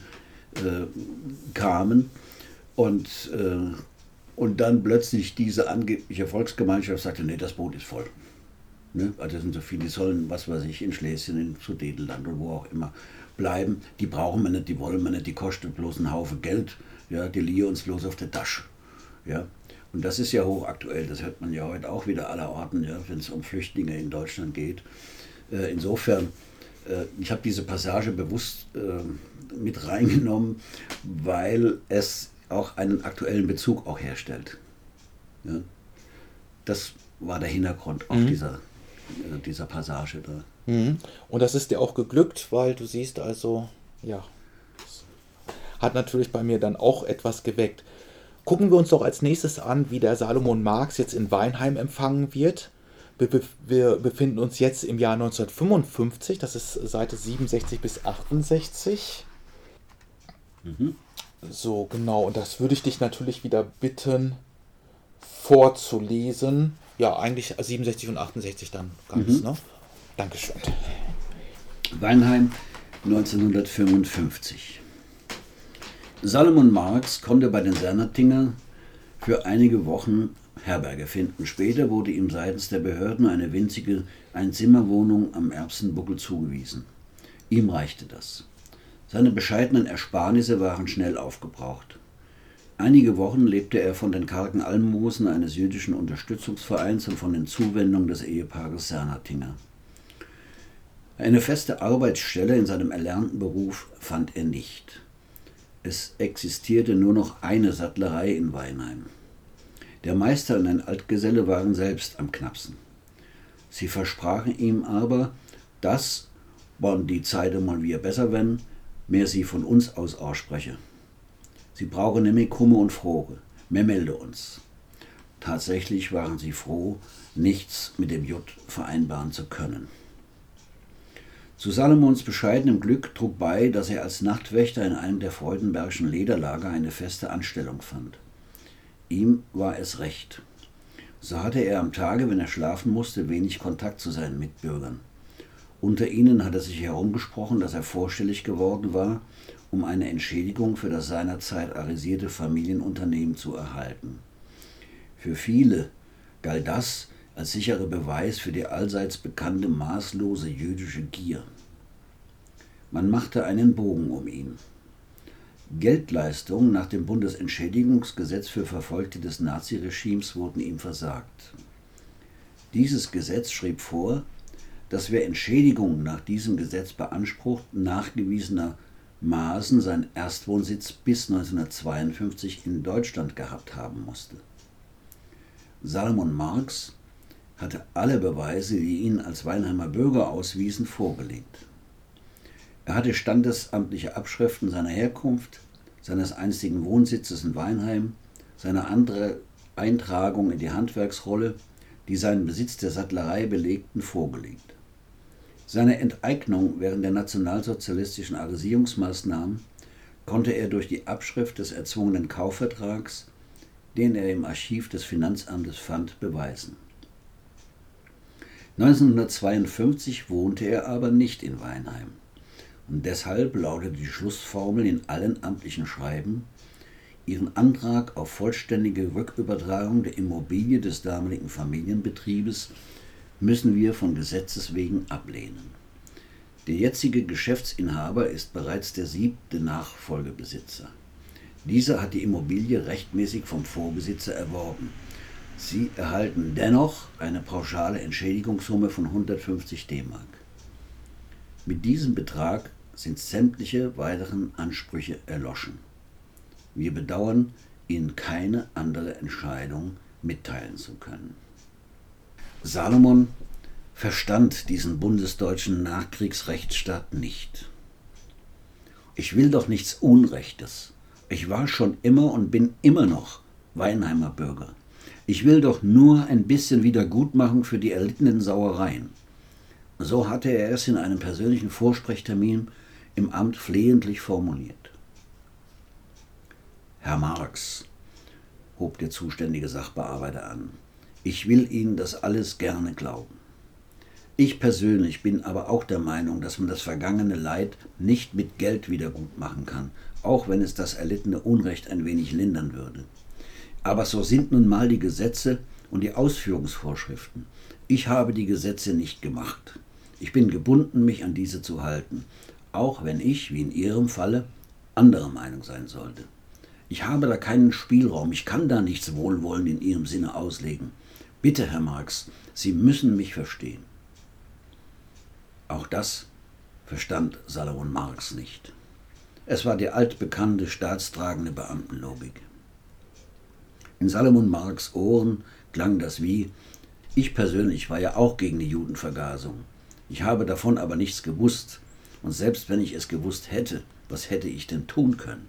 kamen und dann plötzlich diese angebliche Volksgemeinschaft sagte, nee, das Boot ist voll. Ne? Also sind so viele, die sollen, was weiß ich, in Schlesien, in Sudetenland und wo auch immer bleiben. Die brauchen wir nicht, die wollen wir nicht, die kosten bloß einen Haufen Geld. Ja, die liegen uns bloß auf der Tasche. Ja? Und das ist ja hochaktuell, das hört man ja heute auch wieder allerorten, ja, wenn es um Flüchtlinge in Deutschland geht. Insofern Ich habe diese Passage bewusst mit reingenommen, weil es auch einen aktuellen Bezug auch herstellt. Ja? Das war der Hintergrund auch dieser Passage da. Und das ist dir auch geglückt, weil du siehst also, ja, hat natürlich bei mir dann auch etwas geweckt. Gucken wir uns doch als nächstes an, wie der Salomon Marx jetzt in Weinheim empfangen wird. Wir befinden uns jetzt im Jahr 1955, das ist Seite 67 bis 68. So, genau, und das würde ich dich natürlich wieder bitten, vorzulesen. Ja, eigentlich 67 und 68 dann ganz, ne? Dankeschön. Weinheim 1955. Salomon Marx konnte bei den Sernertinger für einige Wochen Herberge finden. Später wurde ihm seitens der Behörden eine winzige Einzimmerwohnung am Erbsenbuckel zugewiesen. Ihm reichte das. Seine bescheidenen Ersparnisse waren schnell aufgebraucht. Einige Wochen lebte er von den kargen Almosen eines jüdischen Unterstützungsvereins und von den Zuwendungen des Ehepaares Sernertinger. Eine feste Arbeitsstelle in seinem erlernten Beruf fand er nicht. Es existierte nur noch eine Sattlerei in Weinheim. Der Meister und ein Altgeselle waren selbst am knappsten. Sie versprachen ihm aber, dass, wann die Zeit mal wieder besser werden, mehr sie von uns aus ausspreche. Sie brauchen nämlich Krumme und Frohe, mehr melde uns. Tatsächlich waren sie froh, nichts mit dem Jud vereinbaren zu können. Zu Salomons bescheidenem Glück trug bei, dass er als Nachtwächter in einem der freudenbergischen Lederlager eine feste Anstellung fand. Ihm war es recht. So hatte er am Tage, wenn er schlafen musste, wenig Kontakt zu seinen Mitbürgern. Unter ihnen hatte sich herumgesprochen, dass er vorstellig geworden war, um eine Entschädigung für das seinerzeit arisierte Familienunternehmen zu erhalten. Für viele galt das als sicherer Beweis für die allseits bekannte maßlose jüdische Gier. Man machte einen Bogen um ihn. Geldleistungen nach dem Bundesentschädigungsgesetz für Verfolgte des Naziregimes wurden ihm versagt. Dieses Gesetz schrieb vor, dass wer Entschädigungen nach diesem Gesetz beansprucht, nachgewiesenermaßen seinen Erstwohnsitz bis 1952 in Deutschland gehabt haben musste. Salomon Marx hatte alle Beweise, die ihn als Weinheimer Bürger auswiesen, vorgelegt. Er hatte standesamtliche Abschriften seiner Herkunft, seines einstigen Wohnsitzes in Weinheim, seine andere Eintragung in die Handwerksrolle, die seinen Besitz der Sattlerei belegten, vorgelegt. Seine Enteignung während der nationalsozialistischen Arisierungsmaßnahmen konnte er durch die Abschrift des erzwungenen Kaufvertrags, den er im Archiv des Finanzamtes fand, beweisen. 1952 wohnte er aber nicht in Weinheim. Und deshalb lautete die Schlussformel in allen amtlichen Schreiben: Ihren Antrag auf vollständige Rückübertragung der Immobilie des damaligen Familienbetriebes müssen wir von Gesetzes wegen ablehnen. Der jetzige Geschäftsinhaber ist bereits der 7. Nachfolgebesitzer. Dieser hat die Immobilie rechtmäßig vom Vorbesitzer erworben. Sie erhalten dennoch eine pauschale Entschädigungssumme von 150 D-Mark. Mit diesem Betrag sind sämtliche weiteren Ansprüche erloschen. Wir bedauern, Ihnen keine andere Entscheidung mitteilen zu können. Salomon verstand diesen bundesdeutschen Nachkriegsrechtsstaat nicht. Ich will doch nichts Unrechtes. Ich war schon immer und bin immer noch Weinheimer Bürger. Ich will doch nur ein bisschen Wiedergutmachung für die erlittenen Sauereien. So hatte er es in einem persönlichen Vorsprechtermin im Amt flehentlich formuliert. Herr Marx, hob der zuständige Sachbearbeiter an, ich will Ihnen das alles gerne glauben. Ich persönlich bin aber auch der Meinung, dass man das vergangene Leid nicht mit Geld wiedergutmachen kann, auch wenn es das erlittene Unrecht ein wenig lindern würde. Aber so sind nun mal die Gesetze und die Ausführungsvorschriften. Ich habe die Gesetze nicht gemacht. Ich bin gebunden, mich an diese zu halten, auch wenn ich, wie in Ihrem Falle, anderer Meinung sein sollte. Ich habe da keinen Spielraum, ich kann da nichts wohlwollend in Ihrem Sinne auslegen. Bitte, Herr Marx, Sie müssen mich verstehen. Auch das verstand Salomon Marx nicht. Es war die altbekannte staatstragende Beamtenlogik. In Salomon Marx' Ohren klang das wie: Ich persönlich war ja auch gegen die Judenvergasung. Ich habe davon aber nichts gewusst. Und selbst wenn ich es gewusst hätte, was hätte ich denn tun können?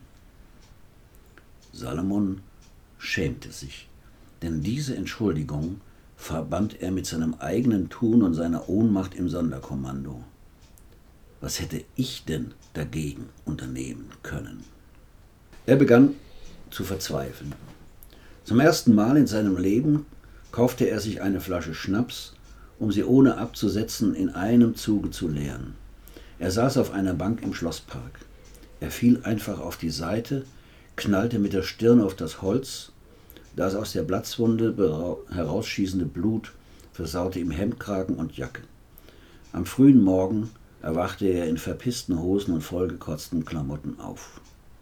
Salomon schämte sich, denn diese Entschuldigung verband er mit seinem eigenen Tun und seiner Ohnmacht im Sonderkommando. Was hätte ich denn dagegen unternehmen können? Er begann zu verzweifeln. Zum ersten Mal in seinem Leben kaufte er sich eine Flasche Schnaps, um sie ohne abzusetzen in einem Zuge zu leeren. Er saß auf einer Bank im Schlosspark. Er fiel einfach auf die Seite, knallte mit der Stirn auf das Holz. Das aus der Platzwunde herausschießende Blut versaute ihm Hemdkragen und Jacke. Am frühen Morgen erwachte er in verpissten Hosen und vollgekotzten Klamotten auf.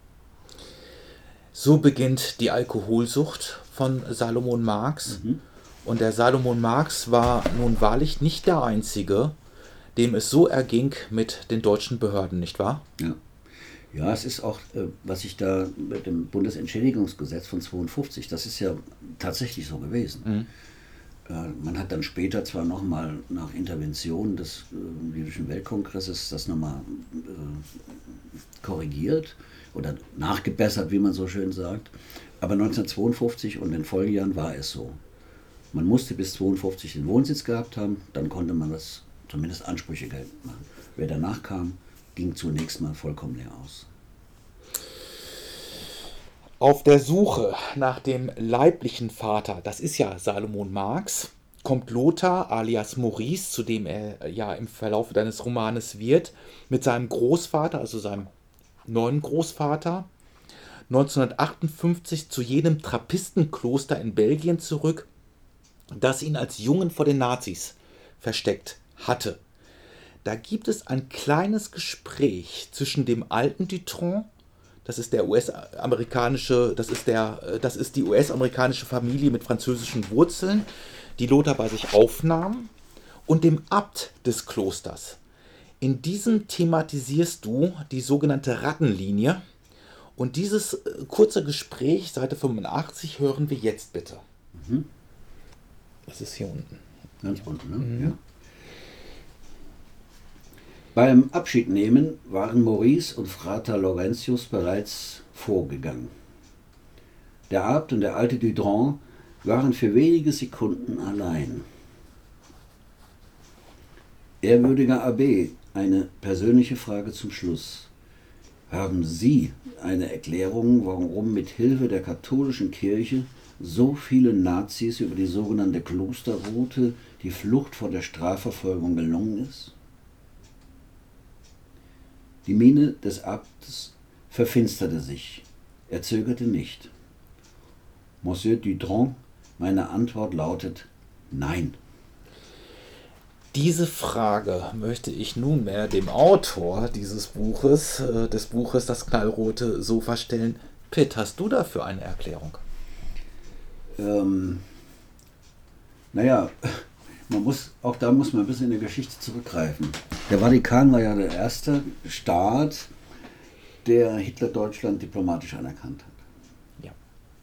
So beginnt die Alkoholsucht von Salomon Marx. Und der Salomon Marx war nun wahrlich nicht der Einzige, dem es so erging mit den deutschen Behörden, nicht wahr? Ja. Ja, es ist auch, was ich da mit dem Bundesentschädigungsgesetz von 52, das ist ja tatsächlich so gewesen. Man hat dann später zwar nochmal nach Intervention des Jüdischen Weltkongresses das nochmal korrigiert oder nachgebessert, wie man so schön sagt, aber 1952 und in den Folgejahren war es so. Man musste bis 1952 den Wohnsitz gehabt haben, dann konnte man das zumindest Ansprüche geltend machen. Wer danach kam, ging zunächst mal vollkommen leer aus. Auf der Suche nach dem leiblichen Vater, das ist ja Salomon Marx, kommt Lothar alias Maurice, zu dem er ja im Verlauf deines Romanes wird, mit seinem Großvater, also seinem neuen Großvater, 1958 zu jenem Trappistenkloster in Belgien zurück, das ihn als Jungen vor den Nazis versteckt hatte. Da gibt es ein kleines Gespräch zwischen dem alten Dutron, das ist die US-amerikanische Familie mit französischen Wurzeln, die Lothar bei sich aufnahm, und dem Abt des Klosters. In diesem thematisierst du die sogenannte Rattenlinie, und dieses kurze Gespräch, Seite 85, hören wir jetzt bitte. Das ist hier unten. Ganz unten, ne? Ja. Beim Abschiednehmen waren Maurice und Frater Laurentius bereits vorgegangen. Der Abt und der alte Dutron waren für wenige Sekunden allein. Ehrwürdiger Abbé, eine persönliche Frage zum Schluss. Haben Sie eine Erklärung, warum mit Hilfe der katholischen Kirche so viele Nazis über die sogenannte Klosterroute die Flucht vor der Strafverfolgung gelungen ist? Die Miene des Abtes verfinsterte sich. Er zögerte nicht. Monsieur Dutron, meine Antwort lautet Nein. Diese Frage möchte ich nunmehr dem Autor dieses Buches, des Buches Das knallrote Sofa stellen. Pitt, hast du dafür eine Erklärung? Naja, da muss man ein bisschen in der Geschichte zurückgreifen. Der Vatikan war ja der erste Staat, der Hitler-Deutschland diplomatisch anerkannt hat.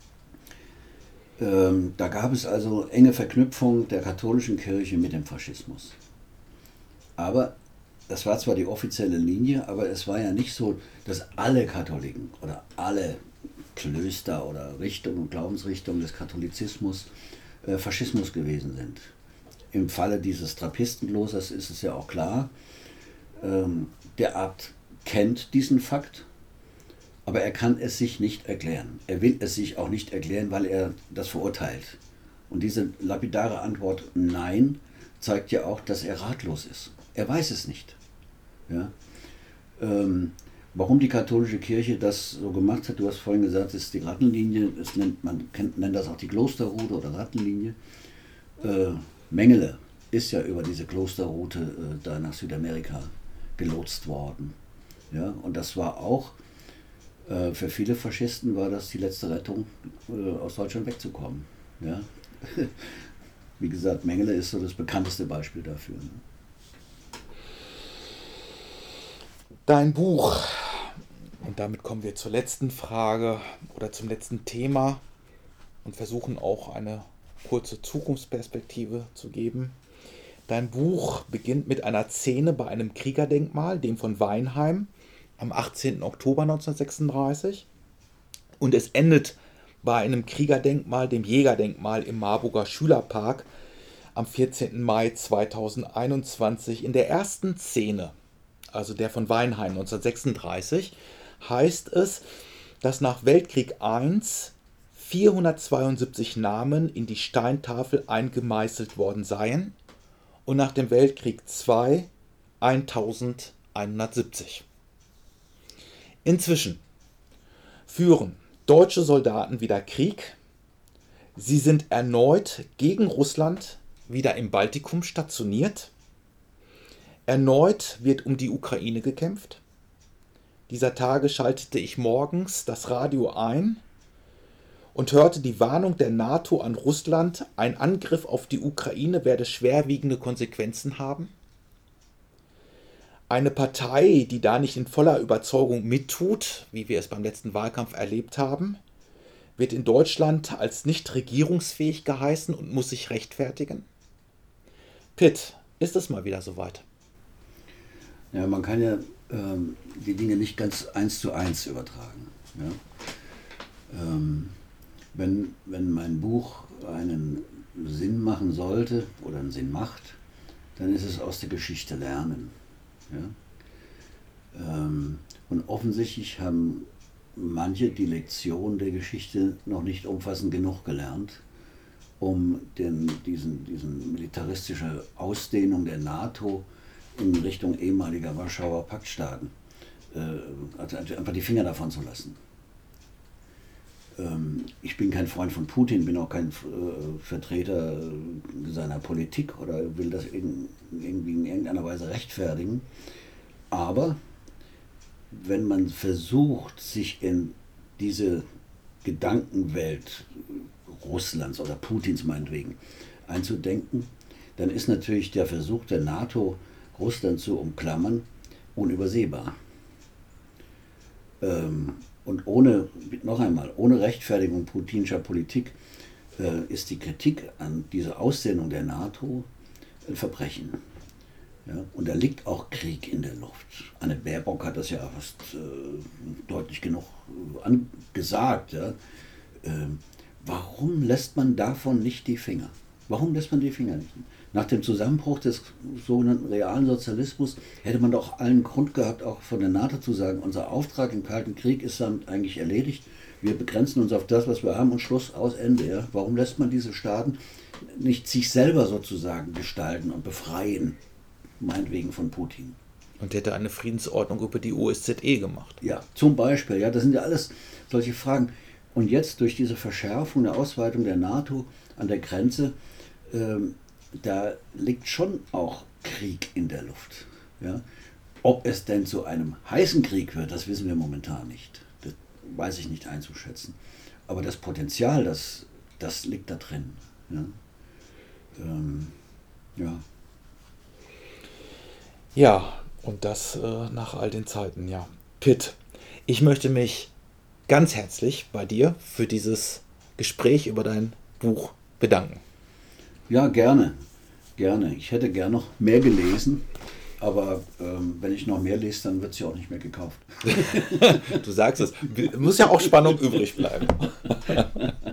Ja. Da gab es also enge Verknüpfung der katholischen Kirche mit dem Faschismus. Aber das war zwar die offizielle Linie, aber es war ja nicht so, dass alle Katholiken oder alle Klöster oder Richtungen und Glaubensrichtungen des Katholizismus Faschismus gewesen sind. Im Falle dieses Trappistenklosters ist es ja auch klar, der Abt kennt diesen Fakt, aber er kann es sich nicht erklären. Er will es sich auch nicht erklären, weil er das verurteilt. Und diese lapidare Antwort Nein zeigt ja auch, dass er ratlos ist. Er weiß es nicht. Ja? Warum die katholische Kirche das so gemacht hat, du hast vorhin gesagt, das ist die Rattenlinie, man nennt das auch die Klosterroute oder Rattenlinie. Mengele ist ja über diese Klosterroute da nach Südamerika gelotst worden. Ja? Und das war auch, für viele Faschisten war das die letzte Rettung, aus Deutschland wegzukommen. Ja? Wie gesagt, Mengele ist so das bekannteste Beispiel dafür. Ne? Dein Buch, und damit kommen wir zur letzten Frage oder zum letzten Thema und versuchen auch eine kurze Zukunftsperspektive zu geben. Dein Buch beginnt mit einer Szene bei einem Kriegerdenkmal, dem von Weinheim, am 18. Oktober 1936. Und es endet bei einem Kriegerdenkmal, dem Jägerdenkmal im Marburger Schülerpark, am 14. Mai 2021. In der ersten Szene, also der von Weinheim 1936, heißt es, dass nach Weltkrieg I 472 Namen in die Steintafel eingemeißelt worden seien und nach dem Weltkrieg II 1170. Inzwischen führen deutsche Soldaten wieder Krieg. Sie sind erneut gegen Russland wieder im Baltikum stationiert. Erneut wird um die Ukraine gekämpft. Dieser Tage schaltete ich morgens das Radio ein und hörte die Warnung der NATO an Russland, ein Angriff auf die Ukraine werde schwerwiegende Konsequenzen haben. Eine Partei, die da nicht in voller Überzeugung mittut, wie wir es beim letzten Wahlkampf erlebt haben, wird in Deutschland als nicht regierungsfähig geheißen und muss sich rechtfertigen. Pitt, ist es mal wieder soweit? Ja, man kann ja die Dinge nicht ganz 1:1 übertragen. Ja? Wenn mein Buch einen Sinn machen sollte oder einen Sinn macht, dann ist es aus der Geschichte lernen. Ja? Und offensichtlich haben manche die Lektion der Geschichte noch nicht umfassend genug gelernt, um diese militaristische Ausdehnung der NATO in Richtung ehemaliger Warschauer Paktstaaten, also einfach die Finger davon zu lassen. Ich bin kein Freund von Putin, bin auch kein Vertreter seiner Politik oder will das irgendwie in irgendeiner Weise rechtfertigen. Aber wenn man versucht, sich in diese Gedankenwelt Russlands oder Putins meinetwegen einzudenken, dann ist natürlich der Versuch der NATO, Russland zu umklammern, unübersehbar. Und ohne Rechtfertigung putinscher Politik ist die Kritik an dieser Ausdehnung der NATO ein Verbrechen. Ja? Und da liegt auch Krieg in der Luft. Annette Baerbock hat das ja fast deutlich genug gesagt. Ja? Warum lässt man davon nicht die Finger? Warum lässt man die Finger nicht? Nach dem Zusammenbruch des sogenannten realen Sozialismus hätte man doch allen Grund gehabt, auch von der NATO zu sagen, unser Auftrag im Kalten Krieg ist damit eigentlich erledigt. Wir begrenzen uns auf das, was wir haben und Schluss, aus, Ende. Ja? Warum lässt man diese Staaten nicht sich selber sozusagen gestalten und befreien, meinetwegen von Putin? Und hätte eine Friedensordnung über die OSZE gemacht. Ja, zum Beispiel. Ja, das sind ja alles solche Fragen. Und jetzt durch diese Verschärfung der Ausweitung der NATO an der Grenze, da liegt schon auch Krieg in der Luft. Ja? Ob es denn zu einem heißen Krieg wird, das wissen wir momentan nicht. Das weiß ich nicht einzuschätzen. Aber das Potenzial, das liegt da drin. Ja, ja. Ja, und das nach all den Zeiten, ja. Pitt, ich möchte mich ganz herzlich bei dir für dieses Gespräch über dein Buch bedanken. Ja, gerne. Gerne. Ich hätte gern noch mehr gelesen, aber wenn ich noch mehr lese, dann wird es ja auch nicht mehr gekauft. Du sagst es, muss ja auch Spannung übrig bleiben.